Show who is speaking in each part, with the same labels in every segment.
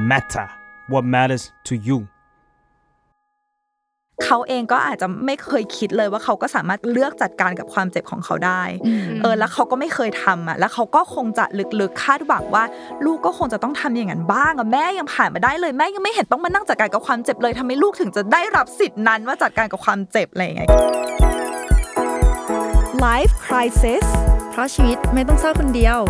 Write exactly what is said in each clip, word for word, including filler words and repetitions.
Speaker 1: matter what matters to you
Speaker 2: เขาเองก็อาจจะไม่เคยคิดเลยว่าเขาก็สามารถเลือกจัดการกับความเจ็บของเขาได้เออแล้วเขาก็ไม่เคยทำอ่ะแล้วเขาก็คงจะลึกๆคาดหวังว่าลูกก็คงจะต้องทำอย่างนั้นบ้างอ่ะแม่ยังผ่านมาได้เลยแม่ยังไม่เห็นต้องมานั่งจัดการกับความเจ็บเลยทำไมลูกถึงจะได้รับสิทธินั้นว่าจัดการกับความเจ็บอะไรอย่างเงี้ย
Speaker 3: Life Crisis เพราะชีวิตไม่ต้องเศร้าคนเดียว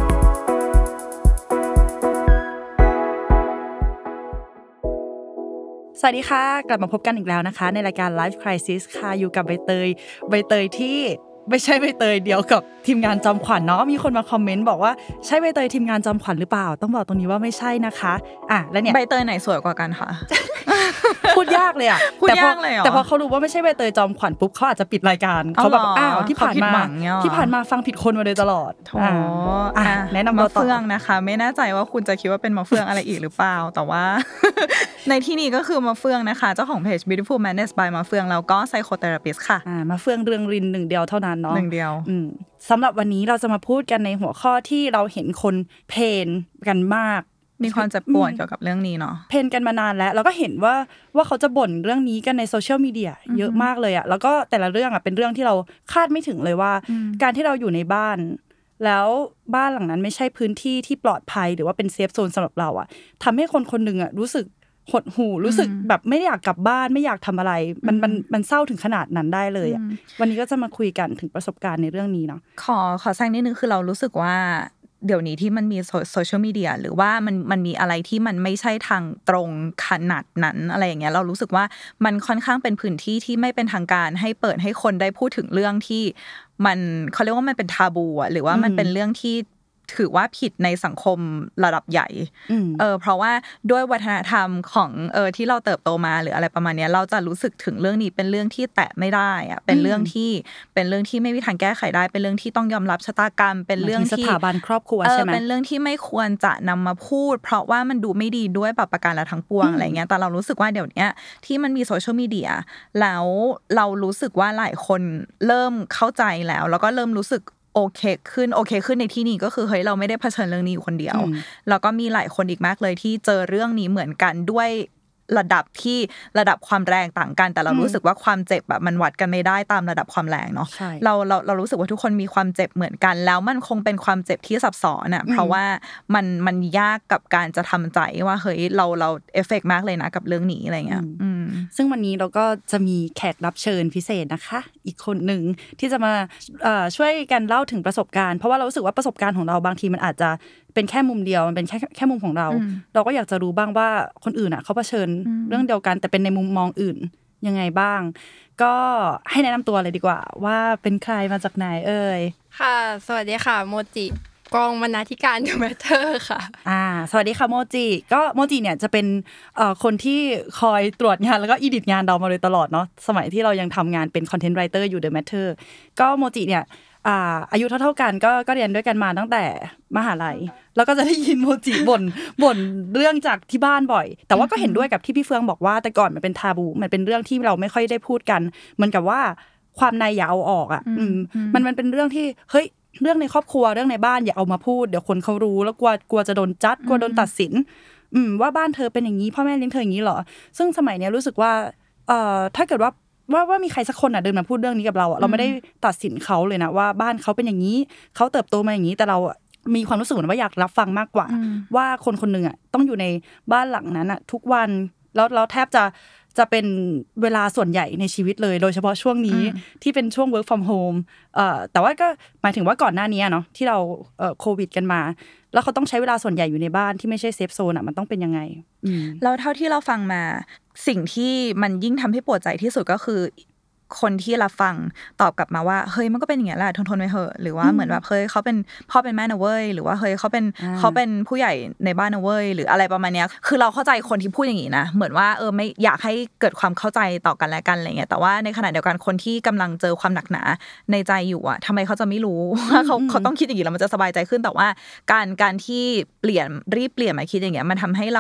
Speaker 3: สวัสดีค่ะกลับมาพบกันอีกแล้วนะคะในรายการ Life Crisis ค่ะอยู่กับใบเตยใบเตยที่ไม่ใช่ใบเตยเดียวกับทีมงานจอมขวัญเนาะมีคนมาคอมเมนต์บอกว่าใช่ใบเตยทีมงานจอมขวัญหรือเปล่าต้องบอกตรงนี้ว่าไม่ใช่นะคะอ่ะแล้วเนี่ย
Speaker 2: ใบเตยไหนสวยกว่ากันคะ
Speaker 3: พูดยากเลยอ่ะ
Speaker 2: แต่พอ
Speaker 3: แต่พอเขารู้ว่าไม่ใช่ใบเตยจอมขวัญปุ๊บเขาอาจจะปิดรายการเขาแบบอ้าวที่ผ่านมาที่ผ่านมาฟังผิดคนมาโดยตลอด
Speaker 2: อ๋ออ่ะ
Speaker 3: แนะนำ
Speaker 2: มะเฟืองนะคะไม่แน่ใจว่าคุณจะคิดว่าเป็นมะเฟืองอะไรอีกหรือเปล่าแต่ว่าในที่นี้ก็คือมะเฟืองนะคะเจ้าของเพจ Beautiful Madness by มะเฟืองแล้วก็ Psychotherapist ค่ะ
Speaker 3: อ่ามะเฟืองเรืองรินหนึ่งเดียวเท่านั้นเนาะ
Speaker 2: หนึ่งเดียว
Speaker 3: อืมสำหรับวันนี้เราจะมาพูดกันในหัวข้อที่เราเห็นคนเพนกันมาก
Speaker 2: มีความเจ็บปวดเกี่ยวกับเรื่องนี้เนาะ
Speaker 3: เพนกันมานานแล้วแล้วก็เห็นว่าว่าเขาจะบ่นเรื่องนี้กันในโซเชียลมีเดียเยอะมากเลยอ่ะแล้วก็แต่ละเรื่องอ่ะเป็นเรื่องที่เราคาดไม่ถึงเลยว่าการที่เราอยู่ในบ้านแล้วบ้านหลังนั้นไม่ใช่พื้นที่ที่ปลอดภัยหรือว่าเป็นเซฟโซนสำหรับเราอ่ะทำให้คนคนนึงอ่ะรู้สึกหดหู่รู้สึกแบบไม่อยากกลับบ้านไม่อยากทำอะไรมันมันมันเศร้าถึงขนาดนั้นได้เลยอ่ะวันนี้ก็จะมาคุยกันถึงประสบการณ์ในเรื่องนี้เนาะ
Speaker 2: ขอขอแซงนิดนึงคือเรารู้สึกว่าเดี๋ยวนี้ที่มันมีโซเชียลมีเดียหรือว่ามันมันมีอะไรที่มันไม่ใช่ทางตรงขนาดนั้นอะไรอย่างเงี้ยเรารู้สึกว่ามันค่อนข้างเป็นพื้นที่ที่ไม่เป็นทางการให้เปิดให้คนได้พูดถึงเรื่องที่มันเขาเรียกว่ามันเป็นทาบูอ่ะหรือว่ามันเป็นเรื่องที่ถือว่าผิดในสังคมระดับใหญ่เออเพราะว่าด้วยวัฒนธรรมของเออที่เราเติบโตมาหรืออะไรประมาณนี้เราจะรู้สึกถึงเรื่องนี้เป็นเรื่องที่แตะไม่ได้อะเป็นเรื่องที่เป็นเรื่องที่ไม่มีทางแก้ไขได้เป็นเรื่องที่ต้องยอมรับชะตากรรมเป็นเรื่องที่
Speaker 3: สถาบันครอบครัวใช่ไหม
Speaker 2: เป็นเรื่องที่ไม่ควรจะนำมาพูดเพราะว่ามันดูไม่ดีด้วยแบบประการละทั้งปวงอะไรเงี้ยแต่เรารู้สึกว่าเดี๋ยวนี้ที่มันมีโซเชียลมีเดียแล้วเรารู้สึกว่าหลายคนเริ่มเข้าใจแล้วแล้วก็เริ่มรู้สึกโอเคขึ้นโอเคขึ้นในที่นี้ก็คือเฮ้ยเราไม่ได้เผชิญเรื่องนี้อยู่คนเดียวแล้วก็มีหลายคนอีกมากเลยที่เจอเรื่องนี้เหมือนกันด้วยระดับที่ระดับความแรงต่างกันแต่เรารู้สึกว่าความเจ็บแบบมันวัดกันไม่ได้ตามระดับความแรงเนาะเราเราเรารู้สึกว่าทุกคนมีความเจ็บเหมือนกันแล้วมันคงเป็นความเจ็บที่ซับซ้อนอ่ะเพราะว่ามันมันยากกับการจะทำใจว่าเฮ้ยเราเราเอฟเฟกต์มากเลยนะกับเรื่องนี้อะไรเงี้ย
Speaker 3: ซึ่งวันนี้เราก็จะมีแขกรับเชิญพิเศษนะคะอีกคนหนึ่งที่จะมาช่วยกันเล่าถึงประสบการณ์เพราะว่าเรารู้สึกว่าประสบการณ์ของเราบางทีมันอาจจะเป็นแค่มุมเดียวมันเป็นแค่แค่มุมของเราเราก็อยากจะรู้บ้างว่าคนอื่นอ่ะเขาเผชิญเรื่องเดียวกันแต่เป็นในมุมมองอื่นยังไงบ้างก็ให้แนะนำตัวเลยดีกว่าว่าเป็นใครมาจากไหนเอ่ย
Speaker 4: ค่ะสวัสดีค่ะโมจิกองบรรณาธิการ The Matter ค่ะ
Speaker 3: อ่าสวัสดีค่ะโมจิก็โมจิเนี่ยจะเป็นเอ่อคนที่คอยตรวจงานแล้วก็อีดิทงานเรามาโดยตลอดเนาะสมัยที่เรายังทำงานเป็นคอนเทนต์ไรเตอร์อยู่ The Matter ก็โมจิเนี่ยอ่าอายุเท่าๆกันก็ก็เรียนด้วยกันมาตั้งแต่มหาลัยแล้วก็จะได้ยินโมจิบ่นบ่นเรื่องจากที่บ้านบ่อยแต่ว่าก็เห็นด้วยกับที่พี่เฟืองบอกว่าแต่ก่อนมันเป็นทาบูมันเป็นเรื่องที่เราไม่ค่อยได้พูดกันเหมือนกับว่าความในอย่าเอาออกอ่ะอืมมันมันเป็นเรื่องที่เฮ้ยเรื่องในครอบครัวเรื่องในบ้านอย่าเอามาพูดเดี๋ยวคนเขารู้แล้วกลัวกลัวจะโดนจัดกลัวโดนตัดสินอืมว่าบ้านเธอเป็นอย่างนี้พ่อแม่เลี้ยงเธออย่างนี้เหรอซึ่งสมัยนี้รู้สึกว่าเอ่อถ้าเกิดว่าว่าว่ามีใครสักคนอ่ะเดินมาพูดเรื่องนี้กับเราอ่ะเราไม่ได้ตัดสินเขาเลยนะว่าบ้านเขาเป็นอย่างนี้เขาเติบโตมาอย่างนี้แต่เรามีความรู้สึกว่าอยากรับฟังมากกว่าว่าคนคนนึงอ่ะต้องอยู่ในบ้านหลังนั้นอ่ะทุกวันแล้วแล้วแทบจะจะเป็นเวลาส่วนใหญ่ในชีวิตเลยโดยเฉพาะช่วงนี้ที่เป็นช่วง work from home เอ่อแต่ว่าก็หมายถึงว่าก่อนหน้านี้เนาะที่เราเอ่อโควิดกันมาแล้วเขาต้องใช้เวลาส่วนใหญ่อยู่ในบ้านที่ไม่ใช่เซฟโซนอ่ะมันต้องเป็นยังไง
Speaker 2: แล้วเท่าที่เราฟังมาสิ่งที่มันยิ่งทำให้ปวดใจที่สุดก็คือคนที่รับฟังตอบกลับมาว่าเฮ้ยมันก็เป็นอย่างเงี้ยแหละทนทนไปเถอะหรือว่าเหมือนแบบเฮ้ยเขาเป็นพ่อเป็นแม่นะเว้ยหรือว่าเฮ้ยเขาเป็นเขาเป็นผู้ใหญ่ในบ้านนะเว้ยหรืออะไรประมาณเนี้ยคือเราเข้าใจคนที่พูดอย่างงี้นะเหมือนว่าเออไม่อยากให้เกิดความเข้าใจต่อกันและกันอะไรเงี้ยแต่ว่าในขณะเดียวกันคนที่กำลังเจอความหนักหนาในใจอยู่อ่ะทำไมเขาจะไม่รู้ว่าเขาเขาต้องคิดอย่างงี้แล้วมันจะสบายใจขึ้นแต่ว่าการการที่เปลี่ยนรีบเปลี่ยนมาคิดอย่างเงี้ยมันทำให้เรา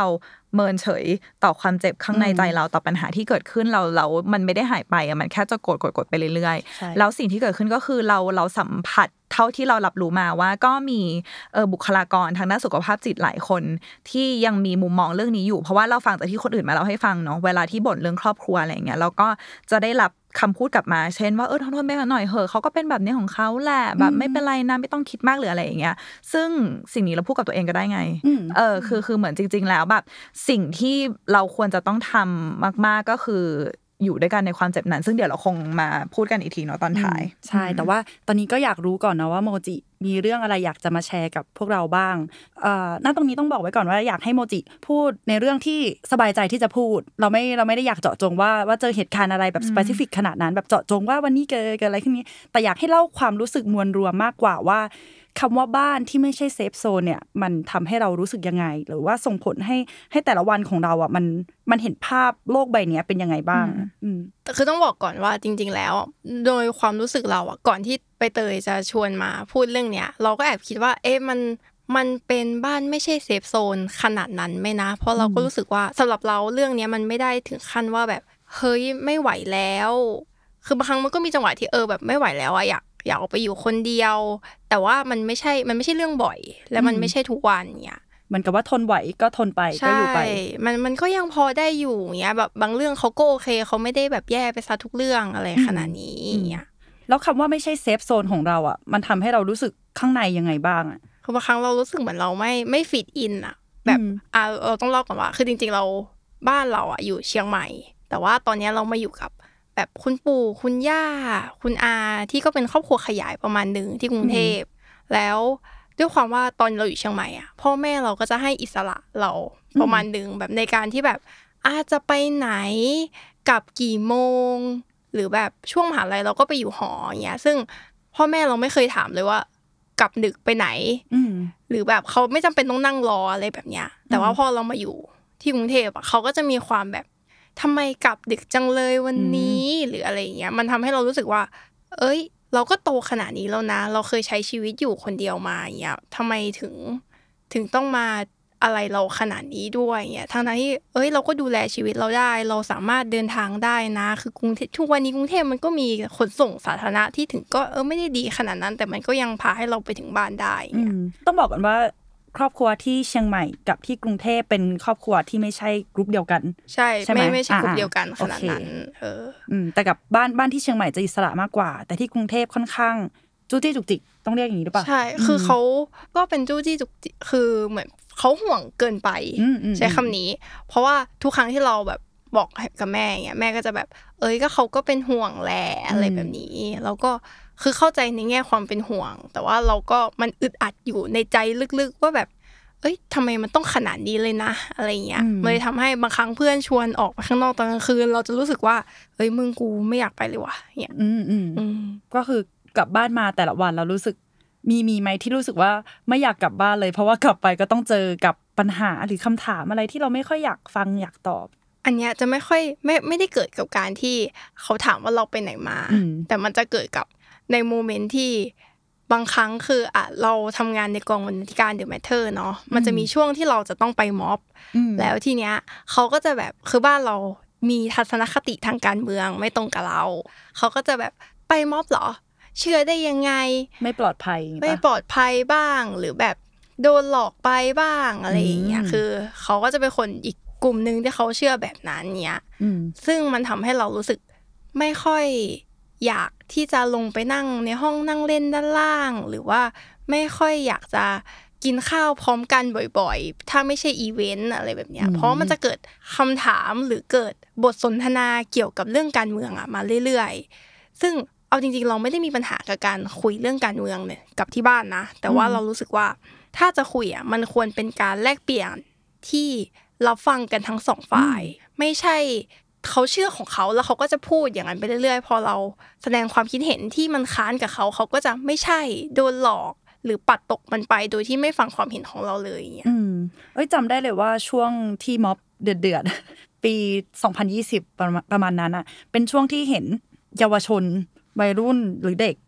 Speaker 2: เมินเฉยต่อความเจ็บข้างในใจเราต่อปัญหาที่เกิดขึ้นเราเรามันไม่ได้หายไปอ่ะมันแค่จะกดกดกดไปเรื่อยๆแล้วสิ่งที่เกิดขึ้นก็คือเราเราสัมผัสเท่าที่เรารับรู้มาว่าก็มีเออบุคลากรทางด้านสุขภาพจิตหลายคนที่ยังมีมุมมองเรื่องนี้อยู่เพราะว่าเราฟังจากที่คนอื่นมาเล่าให้ฟังเนาะเวลาที่บ่นเรื่องครอบครัวอะไรอย่างเงี้ยเราก็จะได้รับคำพูดกลับมาเช่นว่าเออทนทนไปหน่อยเหอะเขาก็เป็นแบบนี้ของเขาแหละแบบไม่เป็นไรนะไม่ต้องคิดมากหรืออะไรอย่างเงี้ยซึ่งสิ่งนี้เราพูดกับตัวเองก็ได้ไงเออคือคือเหมือนจริงๆแล้วแบบสิ่งที่เราควรจะต้องทำมากๆก็คืออยู่ด้วยกันในความเจ็บนั้นซึ่งเดี๋ยวเราคงมาพูดกันอีกทีเนาะตอนท้าย
Speaker 3: ใช่แต่ว่าตอนนี้ก็อยากรู้ก่อนนะว่าโมจิมีเรื่องอะไรอยากจะมาแชร์กับพวกเราบ้างเอ่อณตรงนี้ต้องบอกไว้ก่อนว่าอยากให้โมจิพูดในเรื่องที่สบายใจที่จะพูดเราไม่เราไม่ได้อยากเจาะจงว่าว่าเจอเหตุการณ์อะไรแบบสเปซิฟิกขนาดนั้นแบบเจาะจงว่าวันนี้เกิดเกิดอะไรขึ้นนี้แต่อยากให้เล่าความรู้สึกมวลรวมมากกว่าว่าคำว่าบ้านที่ไม่ใช่เซฟโซนเนี่ยมันทำให้เรารู้สึกยังไงหรือว่าส่งผลให้ให้แต่ละวันของเราอ่ะมันมันเห็นภาพโลกใบนี้เป็นยังไงบ้างอืม
Speaker 4: แต่คือต้องบอกก่อนว่าจริงๆแล้วโดยความรู้สึกเราอ่ะก่อนที่ใบเตยจะชวนมาพูดเรื่องเนี้ยเราก็แอบคิดว่าเอ๊ะมันมันเป็นบ้านไม่ใช่เซฟโซนขนาดนั้นไหมนะเพราะเราก็รู้สึกว่าสำหรับเราเรื่องเนี้ยมันไม่ได้ถึงขั้นว่าแบบเฮ้ยไม่ไหวแล้วคือบางครั้งมันก็มีจังหวะที่เออแบบไม่ไหวแล้วอะอยากอยากออกไปอยู่คนเดียวแต่ว่ามันไม่ใช่มันไม่ใช่เรื่องบ่อยและมันไม่ใช่ทุกวันเนี่ย
Speaker 3: เหมือนกับว่าทนไหวก็ทนไปก็อยู่ไป
Speaker 4: มันมันก็ยังพอได้อยู่เงี้ยแบบบางเรื่องเขาก็โอเคเขาไม่ได้แบบแย่ไปซะทุกเรื่องอะไรขนาดนี้เงี้ย
Speaker 3: แล้วคำว่าไม่ใช่เซฟโซนของเราอ่ะมันทำให้เรารู้สึกข้างในยังไงบ้างอ่ะ
Speaker 4: คือบางครั้งเรารู้สึกเหมือนเราไม่ไม่ฟิตอินอ่ะแบบอ่ะเราต้องเล่าก่อนว่าคือจริงๆเราบ้านเราอ่ะอยู่เชียงใหม่แต่ว่าตอนนี้เรามาอยู่กับแบบคุณปู่คุณย่าคุณอาที่ก็เป็นครอบครัวขยายประมาณนึงที่กรุงเทพแล้วด้วยความว่าตอนเราอยู่เชียงใหม่อ่ะพ่อแม่เราก็จะให้อิสระเราประมาณนึงแบบในการที่แบบอาจจะไปไหนกลับกี่โมงหรือแบบช่วงมหาลัยเราก็ไปอยู่หออย่างเงี้ยซึ่งพ่อแม่เราไม่เคยถามเลยว่ากลับดึกไปไหนหรือแบบเขาไม่จำเป็นต้องนั่งรออะไรแบบเนี้ยแต่ว่าพอเรามาอยู่ที่กรุงเทพอ่ะเขาก็จะมีความแบบทำไมกลับดึกจังเลยวันนี้หรืออะไรอย่างเงี้ยมันทำให้เรารู้สึกว่าเอ้ยเราก็โตขนาดนี้แล้วนะเราเคยใช้ชีวิตอยู่คนเดียวมาอย่างเงี้ยทำไมถึงถึงต้องมาอะไรเราขนาดนี้ด้วยเงี้ยทั้งๆที่เอ้ยเราก็ดูแลชีวิตเราได้เราสามารถเดินทางได้นะคือกรุงเทพทุกวันนี้กรุงเทพมันก็มีขนส่งสาธารณะที่ถึงก็เออไม่ได้ดีขนาดนั้นแต่มันก็ยังพาให้เราไปถึงบ้านได้เงี้ย
Speaker 3: ต้องบอกกันว่าครอบครัวที่เชียงใหม่กับที่กรุงเทพเป็นครอบครัวที่ไม่ใช่กรุ๊ปเดียวกัน
Speaker 4: ใช่ไม่ไม่ใช่กรุ๊ปเดียวกันขนาดนั้นเออ
Speaker 3: แต่กับบ้านบ้านที่เชียงใหม่จะอิสระมากกว่าแต่ที่กรุงเทพค่อนข้างจู้จี้จุกจิกต้องเรียกอย่างนี้หรือเปล่า
Speaker 4: ใช่คือเขาก็เป็นจู้จี้จุกจิกคือเหมือนเขาห่วงเกินไปใช้คำนี้เพราะว่าทุกครั้งที่เราแบบบอกกับแม่เงี้ยแม่ก็จะแบบเอ้ยก็เขาก็เป็นห่วงแหละอะไรแบบนี้แล้วก็คือเข้าใจในแง่ความเป็นห่วงแต่ว่าเราก็มันอึดอัดอยู่ในใจลึกๆว่าแบบเอ้ยทำไมมันต้องขนาดนี้เลยนะอะไรเงี้ยมันเลยทำให้บางครั้งเพื่อนชวนออกไปข้างนอกตอนกลางคืนเราจะรู้สึกว่าเอ้ยมึงกูไม่อยากไปเลยว่ะเนี่ย
Speaker 3: ก็คือกลับบ้านมาแต่ละวันเรารู้สึกมีมีไหมที่รู้สึกว่าไม่อยากกลับบ้านเลยเพราะว่ากลับไปก็ต้องเจอกับปัญหาหรือคำถามอะไรที่เราไม่ค่อยอยากฟังอยากตอบ
Speaker 4: อันเนี้ยจะไม่ค่อยไม่ไม่ได้เกิดกับการที่เขาถามว่าเราไปไหนมาแต่มันจะเกิดกับในโมเมนต์ที่บางครั้งคืออ่ะเราทำงานในกองบรรณาธิการ The Matter เนาะมันจะมีช่วงที่เราจะต้องไปม็อบแล้วทีเนี้ยเขาก็จะแบบคือบ้านเรามีทัศนคติทางการเมืองไม่ตรงกับเราเขาก็จะแบบไปม็อบเหรอเชื่อได้ยังไง
Speaker 3: ไม่ปลอดภัย
Speaker 4: ไม่ปลอดภัยบ้างหรือแบบโดนหลอกไปบ้างอะไรอย่างเงี้ยคือเขาก็จะเป็นคนอีกกลุ่มนึงที่เขาเชื่อแบบนั้นเนี้ยซึ่งมันทำให้เรารู้สึกไม่ค่อยอยากที่จะลงไปนั่งในห้องนั่งเล่นด้านล่างหรือว่าไม่ค่อยอยากจะกินข้าวพร้อมกันบ่อยๆถ้าไม่ใช่อีเวนต์อะไรแบบเนี้ยเพราะมันจะเกิดคำถามหรือเกิดบทสนทนาเกี่ยวกับเรื่องการเมืองอ่ะมาเรื่อยๆซึ่งเอาจริงๆเราไม่ได้มีปัญหากับการคุยเรื่องการเมืองเนี่ยกับที่บ้านนะแต่ว่าเรารู้สึกว่าถ้าจะคุยอ่ะมันควรเป็นการแลกเปลี่ยนที่รับฟังกันทั้งสองฝ่ายไม่ใช่เขาเชื่อของเขาแล้วเขาก็จะพูดอย่างนั้นไปเรื่อยๆพอเราแสดงความคิดเห็นที่มันค้านกับเขาเขาก็จะไม่ใช่โดนหลอกหรือปัดตกมันไปโดยที่ไม่ฟังความเห็นของเราเลยอย่างเงี้ย
Speaker 3: อืมเอ้ยจำได้เลยว่าช่วงที่ม็อบเดือดๆปีสองพันยี่สิบประมาณนั้นอ่ะเป็นช่วงที่เห็นเยาวชนวัยรุ่นหรือเด็ก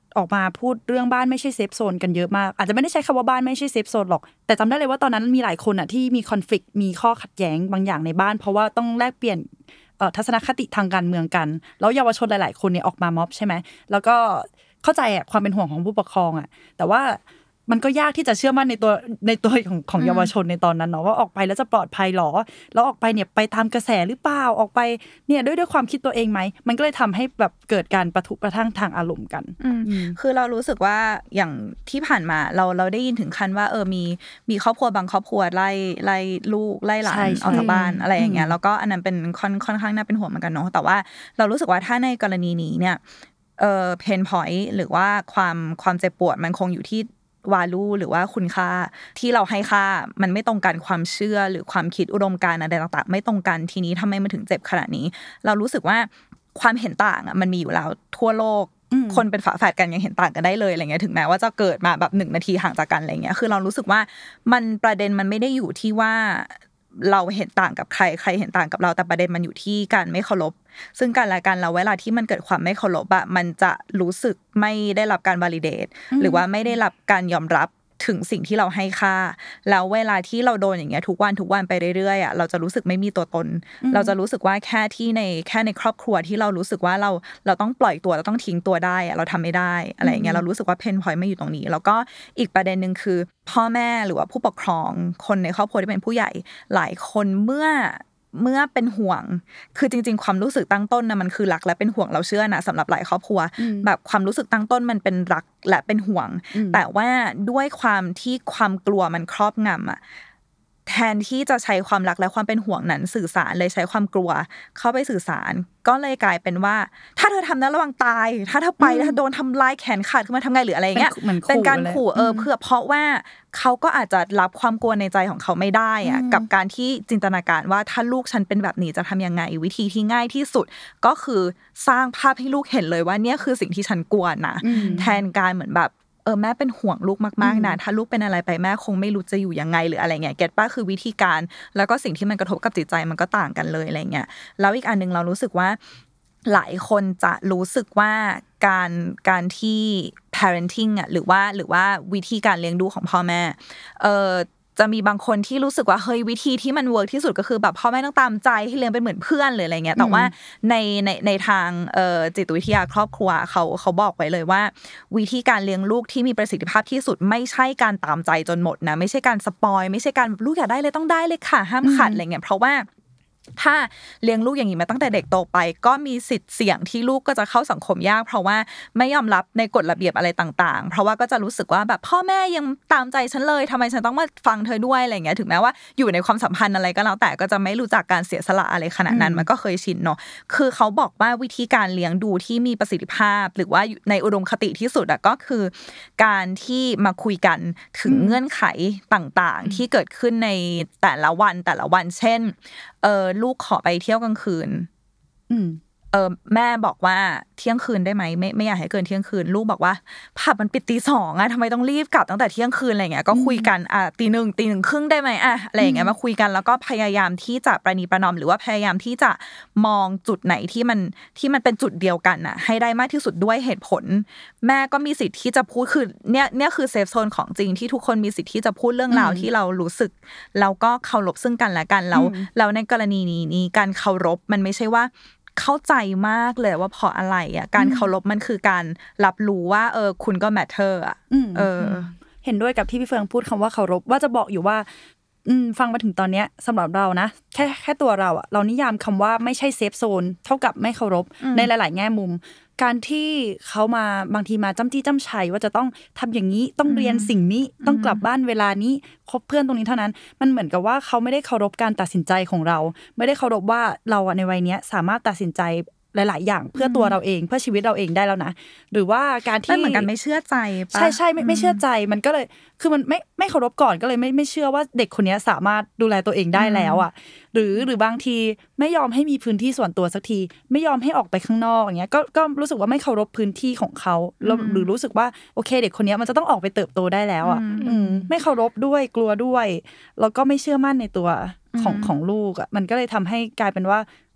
Speaker 3: ออกมาพูดเรื่องบ้านไม่ใช่เซฟโซนกันเยอะมากอาจจะไม่ได้ใช้คำว่าบ้านไม่ใช่เซฟโซนหรอกแต่จำได้เลยว่าตอนนั้นมีหลายคนอ่ะที่มีคอนฟลิกต์มีข้อขัดแย้งบางอย่างในบ้านเพราะว่าต้องแลกเปลี่ยนเอ่อทัศนคติทางการเมืองกันแล้วเยาวชนหลายๆคนเนี่ยออกมาม็อบใช่ไหมแล้วก็เข้าใจอ่ะความเป็นห่วงของผู้ปกครองอ่ะแต่ว่ามันก็ยากที่จะเชื่อมั่นในตัวในตัวของของเยาวชนในตอนนั้นเนาะว่าออกไปแล้วจะปลอดภัยหรอแล้วออกไปเนี่ยไปตามกระแสหรือเปล่าออกไปเนี่ยด้วยด้วยความคิดตัวเองไหมมันก็เลยทำให้แบบเกิดการประทุประทั่งทางอารมณ์กัน
Speaker 2: คือเรารู้สึกว่าอย่างที่ผ่านมาเราเราได้ยินถึงขั้นว่าเออมีมีครอบครัวบางครอบครัวไล่ไล่ลูกไล่หลานออกจากบ้านอะไรอย่างเงี้ยแล้วก็อันนั้นเป็นค่อนค่อนข้างน่าเป็นห่วงเหมือนกันเนาะแต่ว่าเรารู้สึกว่าถ้าในกรณีนี้เนี่ยเออเพนพอยต์หรือว่าความความเจ็บปวดมันคงอยู่ที่วาลูหรือว่าคุณค่าที่เราให้ค่ามันไม่ตรงกันความเชื่อหรือความคิดอุดมการณ์อะไรต่างๆไม่ตรงกันทีนี้ทำไมมันถึงเจ็บขนาดนี้เรารู้สึกว่าความเห็นต่างอ่ะมันมีอยู่แล้วทั่วโลกคนเป็นฝาแฝดกันยังเห็นต่างกันได้เลยอะไรเงี้ยถึงแม้ว่าจะเกิดมาแบบหนึ่งนาทีห่างจากกันอะไรเงี้ยคือเรารู้สึกว่ามันประเด็นมันไม่ได้อยู่ที่ว่าเราเห็นต่างกับใครใครเห็นต่างกับเราแต่ประเด็นมันอยู่ที่การไม่เคารพซึ่งกันและกันเราเวลาที่มันเกิดความไม่เคารพอะมันจะรู้สึกไม่ได้รับการ validate หรือว่าไม่ได้รับการยอมรับถึงสิ่งที่เราให้ค่าแล้วเวลาที่เราโดนอย่างเงี้ยทุกวันทุกวันไปเรื่อยๆอ่ะเราจะรู้สึกไม่มีตัวตนเราจะรู้สึกว่าแค่ที่ในแค่ในครอบครัวที่เรารู้สึกว่าเราเราต้องปล่อยตัวเราต้องทิ้งตัวได้อ่ะเราทำไม่ได้อะไรอย่างเงี้ยเรารู้สึกว่าเพนพอยต์ไม่อยู่ตรงนี้แล้วก็อีกประเด็นนึงคือพ่อแม่หรือว่าผู้ปกครองคนในครอบครัวที่เป็นผู้ใหญ่หลายคนเมื่อเมื่อเป็นห่วงคือจริงๆความรู้สึกตั้งต้นนะมันคือรักและเป็นห่วงเราเชื่อนะสำหรับหลายครอบครัวแบบความรู้สึกตั้งต้นมันเป็นรักและเป็นห่วงแต่ว่าด้วยความที่ความกลัวมันครอบงำอ่ะแทนที่จะใช้ความรักและความเป็นห่วงนั้นสื่อสารเลยใช้ความกลัวเข้าไปสื่อสารก็เลยกลายเป็นว่าถ้าเธอทำนั้นระวังตายถ้าเธอไปแล้วโดนทำลายแขนขาดขึ้นมาทำไงหรืออะไรเงี้ยเป็นการขู่เออเพื่อเพราะว่าเขาก็อาจจะรับความกลัวในใจของเขาไม่ได้อะกับการที่จินตนาการว่าถ้าลูกฉันเป็นแบบนี้จะทำยังไงวิธีที่ง่ายที่สุดก็คือสร้างภาพให้ลูกเห็นเลยว่าเนี่ยคือสิ่งที่ฉันกลัวนะแทนการเหมือนแบบเออแม่เป็นห่วงลูกมากๆนะถ้าลูกเป็นอะไรไปแม่คงไม่รู้จะอยู่ยังไงหรืออะไรเงี้ยเก็ทป่ะคือวิธีการแล้วก็สิ่งที่มันกระทบกับจิตใจมันก็ต่างกันเลยอะไรเงี้ยแล้วอีกอันนึงเรารู้สึกว่าหลายคนจะรู้สึกว่าการการที่ parenting อ่ะหรือว่าหรือว่าวิธีการเลี้ยงดูของพ่อแม่เออจะมีบางคนที่รู้สึกว่าเฮ้ยวิธีที่มันเวิร์กที่สุดก็คือแบบพ่อแม่ต้องตามใจให้เลี้ยงเป็นเหมือนเพื่อนเลยอะไรเงี้ยแต่ว่าในในในทางเอ่อจิตวิทยาครอบครัวเขาเขาบอกไว้เลยว่าวิธีการเลี้ยงลูกที่มีประสิทธิภาพที่สุดไม่ใช่การตามใจจนหมดนะไม่ใช่การสปอยไม่ใช่การลูกอยากได้เลยต้องได้เลยค่ะห้ามขัดอะไรเงี้ยเพราะว่าถ้าเลี้ยงลูกอย่างนี้มาตั้งแต่เด็กโตไปก็มีสิทธิ์เสี่ยงที่ลูกก็จะเข้าสังคมยากเพราะว่าไม่ยอมรับในกฎระเบียบอะไรต่างๆเพราะว่าก็จะรู้สึกว่าแบบพ่อแม่ยังตามใจฉันเลยทำไมฉันต้องมาฟังเธอด้วยอะไรเงี้ยถึงแม้ว่าอยู่ในความสัมพันธ์อะไรก็แล้วแต่ก็จะไม่รู้จักการเสียสละอะไรขนาดนั้นมันก็เคยชินเนาะคือเขาบอกว่าวิธีการเลี้ยงดูที่มีประสิทธิภาพหรือว่าในอุดมคติที่สุดอะก็คือการที่มาคุยกันถึงเงื่อนไขต่างๆที่เกิดขึ้นในแต่ละวันแต่ละวันเช่นเออลูกขอไปเที่ยวกลางคืนเออแม่บอกว่าเที่ยงคืนได้ไหมไม่ไม่อยากให้เกินเที่ยงคืนลูกบอกว่าผับมันปิดตีสองอะทำไมต้องรีบกลับตั้งแต่เที่ยงคืนอะไรเงี้ยก็คุยกันอ่ะตีหนึ่งตีหนึ่งครึ่งได้ไหมอะอะไรอย่างเงี้ยมาคุยกันแล้วก็พยายามที่จะประนีประนอมหรือว่าพยายามที่จะมองจุดไหนที่มันที่มันเป็นจุดเดียวกันอะให้ได้มากที่สุดด้วยเหตุผลแม่ก็มีสิทธิ์ที่จะพูดคือเนี่ยเนี่ยคือเซฟโซนของจริงที่ทุกคนมีสิทธิ์ที่จะพูดเรื่องราวที่เรารู้สึกแล้วก็เคารพซึ่งกันและกันแล้วแล้วในกรณีนี้นี้การเคารพมันไม่ใช่ว่าเข้าใจมากเลยว่าเพราะอะไรอ่ะการเคารพมันคือการรับรู้ว่าเออคุณก็แมทเทอร์อ่ะเออ
Speaker 3: เห็นด้วยกับที่พี่เฟืองพูดคำว่าเคารพว่าจะบอกอยู่ว่าอืมฟังมาถึงตอนเนี้ยสำหรับเรานะแค่แค่ตัวเราอ่ะเรานิยามคำว่าไม่ใช่เซฟโซนเท่ากับไม่เคารพในหลายๆแง่มุมการที่เขามาบางทีมาจ้ำจี้จ้ำชัยว่าจะต้องทำอย่างนี้ต้องเรียนสิ่งนี้ต้องกลับบ้านเวลานี้คบเพื่อนตรงนี้เท่านั้นมันเหมือนกับว่าเขาไม่ได้เคารพการตัดสินใจของเราไม่ได้เคารพว่าเราในวัยนี้สามารถตัดสินใจหลายๆอย่างเพื่อตัวเราเองเพื่อชีวิตเราเองได้แล้วนะหรือว่าการที่
Speaker 2: เหมือนกันไม่เชื่อใจ
Speaker 3: ใช่ใช่ไม่ไม่เชื่อใจมันก็เลยคือมันไม่ไม่เคารพก่อนก็เลยไม่ไม่เชื่อว่าเด็กคนนี้สามารถดูแลตัวเองได้แล้วอ่ะหรือหรือบางทีไม่ยอมให้มีพื้นที่ส่วนตัวสักทีไม่ยอมให้ออกไปข้างนอกอย่างเงี้ยก็ก็รู้สึกว่าไม่เคารพพื้นที่ของเขาหรือรู้สึกว่าโอเคเด็กคนนี้มันจะต้องออกไปเติบโตได้แล้วอ่ะไม่เคารพด้วยกลัวด้วยแล้วก็ไม่เชื่อมั่นในตัวของของลูกอ่ะมันก็เลยทำให้กลายเป็นว่า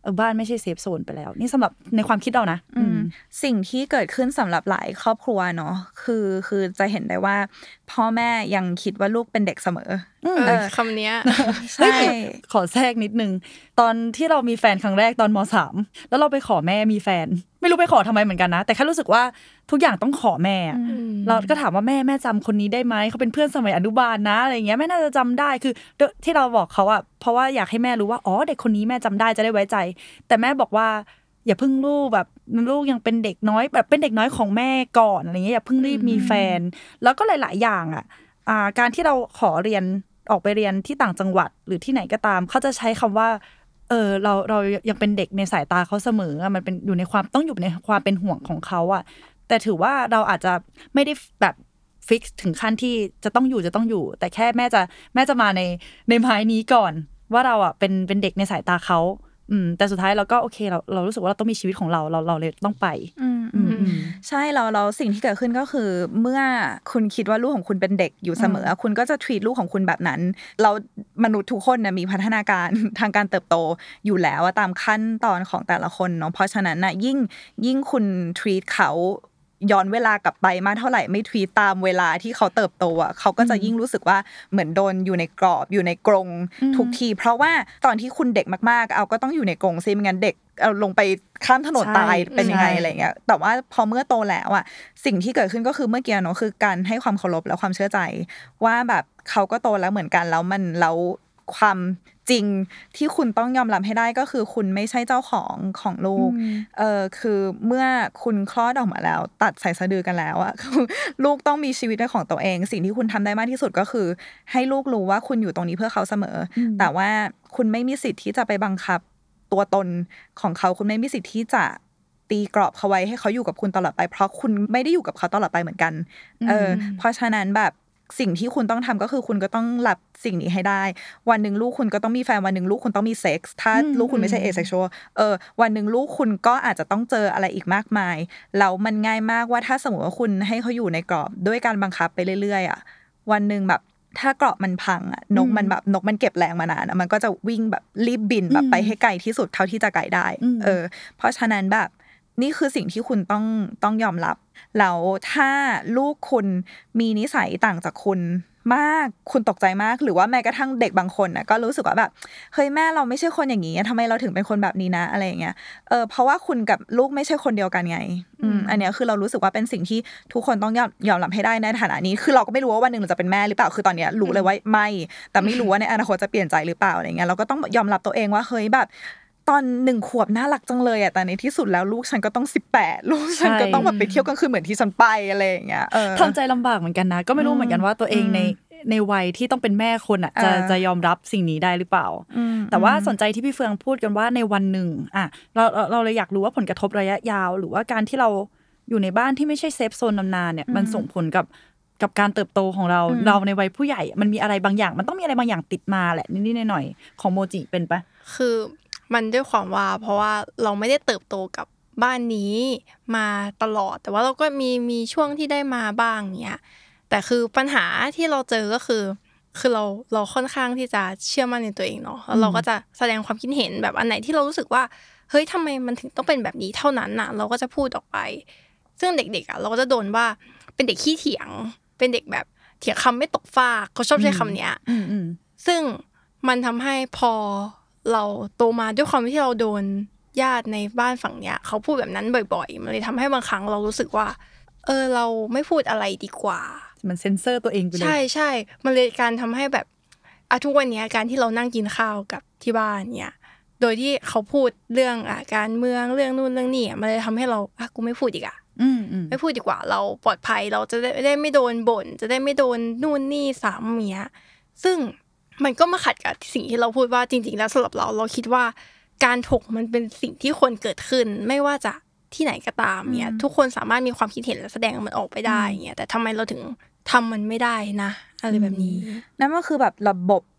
Speaker 3: เออบ้านไม่ใช่เซฟโซนไปแล้วนี่สำหรับในความคิดเรานะอืม
Speaker 2: สิ่งที่เกิดขึ้นสำหรับหลายครอบครัวเนาะคือคือจะเห็นได้ว่าพ่อแม่ยังคิดว่าลูกเป็นเด็กเสมอ
Speaker 4: เออคำเนี้ย
Speaker 2: ใช่
Speaker 3: ขอแทรกนิดนึงตอนที่เรามีแฟนครั้งแรกตอนม.สาม แล้วเราไปขอแม่มีแฟนไม่รู้ไปขอทำไมเหมือนกันนะแต่แค่รู้สึกว่าทุกอย่างต้องขอแม่เราก็ถามว่าแม่แม่จำคนนี้ได้ไหมเขาเป็นเพื่อนสมัยอนุบาลนะอะไรเงี้ยแม่น่าจะจำได้คือที่เราบอกเขาอะเพราะว่าอยากให้แม่รู้ว่าอ๋อเด็กคนนี้แม่จำได้จะได้ไว้ใจแต่แม่บอกว่าอย่าเพิ่งลูกแบบลูกยังเป็นเด็กน้อยแบบเป็นเด็กน้อยของแม่ก่อนอะไรเงี้ยอย่าเพิ่งรีบมีแฟนแล้วก็หลายๆอย่างอ่ะอ่าการที่เราขอเรียนออกไปเรียนที่ต่างจังหวัดหรือที่ไหนก็ตามเขาจะใช้คำว่าเออเราเรายังเป็นเด็กในสายตาเขาเสมอมันเป็นอยู่ในความต้องอยู่ในความเป็นห่วงของเขาอ่ะแต่ถือว่าเราอาจจะไม่ได้แบบฟิกถึงขั้นที่จะต้องอยู่จะต้องอยู่แต่แค่แม่จะแม่จะมาในในไม้นี้ก่อนว่าเราอ่ะเป็นเป็นเด็กในสายตาเขาอืมแต่สุดท้ายเราก็โอเคเราเรารู้สึกว่าเราต้องมีชีวิตของเราเราเราเลยต้องไป
Speaker 2: อืมอืมใช่เราเราสิ่งที่เกิดขึ้นก็คือเมื่อคุณคิดว่าลูกของคุณเป็นเด็กอยู่เสมอคุณก็จะ treat ลูกของคุณแบบนั้นเรามนุษย์ทุกคนนะมีพัฒนาการทางการเติบโตอยู่แล้วตามขั้นตอนของแต่ละคนเนาะเพราะฉะนั้นน่ะยิ่งยิ่งคุณ treat เขาย้อนเวลากลับไปมากเท่าไหร่ไม่ทวีตตามเวลาที่เขาเติบโตอ่ะเขาก็จะยิ่งรู้สึกว่าเหมือนโดนอยู่ในกรอบอยู่ในกรงทุกทีเพราะว่าตอนที่คุณเด็กมากๆเอาก็ต้องอยู่ในกรงซิไม่งั้นเด็กเอาลงไปข้ามถนนตายเป็นยังไงอะไรเงี้ยแต่ว่าพอเมื่อโตแล้วอ่ะสิ่งที่เกิดขึ้นก็คือเมื่อกี้เนาะคือการให้ความเคารพและความเชื่อใจว่าแบบเขาก็โตแล้วเหมือนกันแล้วมันแล้วความจริงที่คุณต้องยอมรับให้ได้ก็คือคุณไม่ใช่เจ้าของของลูกเออคือเมื่อคุณคลอดออกมาแล้วตัดสายสะดือกันแล้วอะลูกต้องมีชีวิตของตัวเองสิ่งที่คุณทำได้มากที่สุดก็คือให้ลูกรู้ว่าคุณอยู่ตรงนี้เพื่อเขาเสมอแต่ว่าคุณไม่มีสิทธิ์ที่จะไปบังคับตัวตนของเขาคุณไม่มีสิทธิ์ที่จะตีกรอบเขาไว้ให้เขาอยู่กับคุณตลอดไปเพราะคุณไม่ได้อยู่กับเขาตลอดไปเหมือนกันเออเพราะฉะนั้นแบบสิ่งที่คุณต้องทำก็คือคุณก็ต้องรับสิ่งนี้ให้ได้วันหนึ่งลูกคุณก็ต้องมีแฟนวันหนึ่งลูกคุณต้องมีเซ็กส์ถ้าลูกคุณไม่ใช่เอเซ็กชวลเออวันหนึ่งลูกคุณก็อาจจะต้องเจออะไรอีกมากมายแล้วมันง่ายมากว่าถ้าสมมติว่าคุณให้เขาอยู่ในกรอบด้วยการบังคับไปเรื่อยๆอ่ะวันหนึ่งแบบถ้ากรอบมันพังอ่ะนกมันแบบนกมันเก็บแรงมานานมันก็จะวิ่งแบบรีบบินแบบไปให้ไกลที่สุดเท่าที่จะไกลได้เออเพราะฉะนั้นแบบนี่คือสิ่งที่คุณต้องต้องยอมรับแล้วถ้าลูกคุณมีนิสัยต่างจากคุณมากคุณตกใจมากหรือว่าแม้กระทั่งเด็กบางคนน่ะก็รู้สึกว่าแบบเฮ้ยแม่เราไม่ใช่คนอย่างนี้ทำไมเราถึงเป็นคนแบบนี้นะอะไรอย่างเงี้ยเออเพราะว่าคุณกับลูกไม่ใช่คนเดียวกันไงอืมอันเนี้ยคือเรารู้สึกว่าเป็นสิ่งที่ทุกคนต้องยอมยอมรับให้ได้ในฐานะนี้คือเราก็ไม่รู้ว่าวันนึงเราจะเป็นแม่หรือเปล่าคือตอนเนี้ยรู้เลยว่าไม่แต่ไม่รู้ว่าในอนาคตจะเปลี่ยนใจหรือเปล่าอะไรเงี้ยเราก็ต้องยอมรับตัวเองว่าเฮ้ยแบบตอนหนึ่งขวบน่ารักจังเลยอ่ะแต่ในที่สุดแล้วลูกฉันก็ต้องสิบแปดลูกฉันก็ต้องแบบไปเที่ยวกลางคืนเหมือนที่ฉันไปอะไรอย่างเงี้ยเออ
Speaker 3: ทำใจลำบากเหมือนกันนะก็ไม่รู้เหมือนกันว่าตัวเองในในวัยที่ต้องเป็นแม่คนอ่ะจะจะยอมรับสิ่งนี้ได้หรือเปล่าแต่ว่าสนใจที่พี่เฟืองพูดกันว่าในวันหนึ่งอ่ะเราเราเลยอยากรู้ว่าผลกระทบระยะยาวหรือว่าการที่เราอยู่ในบ้านที่ไม่ใช่เซฟโซนนานๆเนี่ยมันส่งผลกับกับการเติบโตของเราเราในวัยผู้ใหญ่มันมีอะไรบางอย่างมันต้องมีอะไรบางอย่างติดมาแหละนิดๆหน่อยๆของโมจิเป็นปะ
Speaker 4: คือมันด้วยความว่าเพราะว่าเราไม่ได้เติบโตกับบ้านนี้มาตลอดแต่ว่าเราก็มีมีช่วงที่ได้มาบ้างเนี้ยแต่คือปัญหาที่เราเจอก็คือคือเราเราค่อนข้างที่จะเชื่อมั่นในตัวเองเนาะแล้วเราก็จะแสดงความคิดเห็นแบบอันไหนที่เรารู้สึกว่าเฮ้ยทำไมมันถึงต้องเป็นแบบนี้เท่านั้นน่ะเราก็จะพูดออกไปซึ่งเด็กๆอ่ะเราก็จะโดนว่าเป็นเด็กขี้เถียงเป็นเด็กแบบเถียงคำไม่ตกฟากเขาชอบใช้คำเนี้ยซึ่งมันทำให้พอเราโตมาด้วยความที่เราโดนญาติในบ้านฝั่งเนี้ยเขาพูดแบบนั้นบ่อยๆมันเลยทำให้บางครั้งเรารู้สึกว่าเออเราไม่พูดอะไรดีกว่า
Speaker 3: มันเซ็นเซอร์ตัวเองไปเลย
Speaker 4: ใช่ใช่มันเลยการทำให้แบบอ่ะทุกวันนี้การที่เรานั่งกินข้าวกับที่บ้านเนี่ยโดยที่เขาพูดเรื่องอ่ะการเมืองเรื่องนู่นเรื่องนี่มันเลยทำให้เราอ่ะกูไม่พูดอีกอ่ะไม่พูดดีกว่าเราปลอดภัยเราจะได้ได้ไม่โดนบ่นจะได้ไม่โดนนู่นนี่ซ้ำเนี้ยซึ่งมันก็มาขัดกับสิ่งที่เราพูดว่าจริงๆแล้วสำหรับเราเราคิดว่าการถกมันเป็นสิ่งที่ควรเกิดขึ้นไม่ว่าจะที่ไหนก็ตามเนี่ยทุกคนสามารถมีความคิดเห็นและแสดงมันออกไปได้เนี่ยแต่ทำไมเราถึงทำมันไม่ได้นะอะไรแบบนี้
Speaker 2: นั่นก็คือแบบระบบ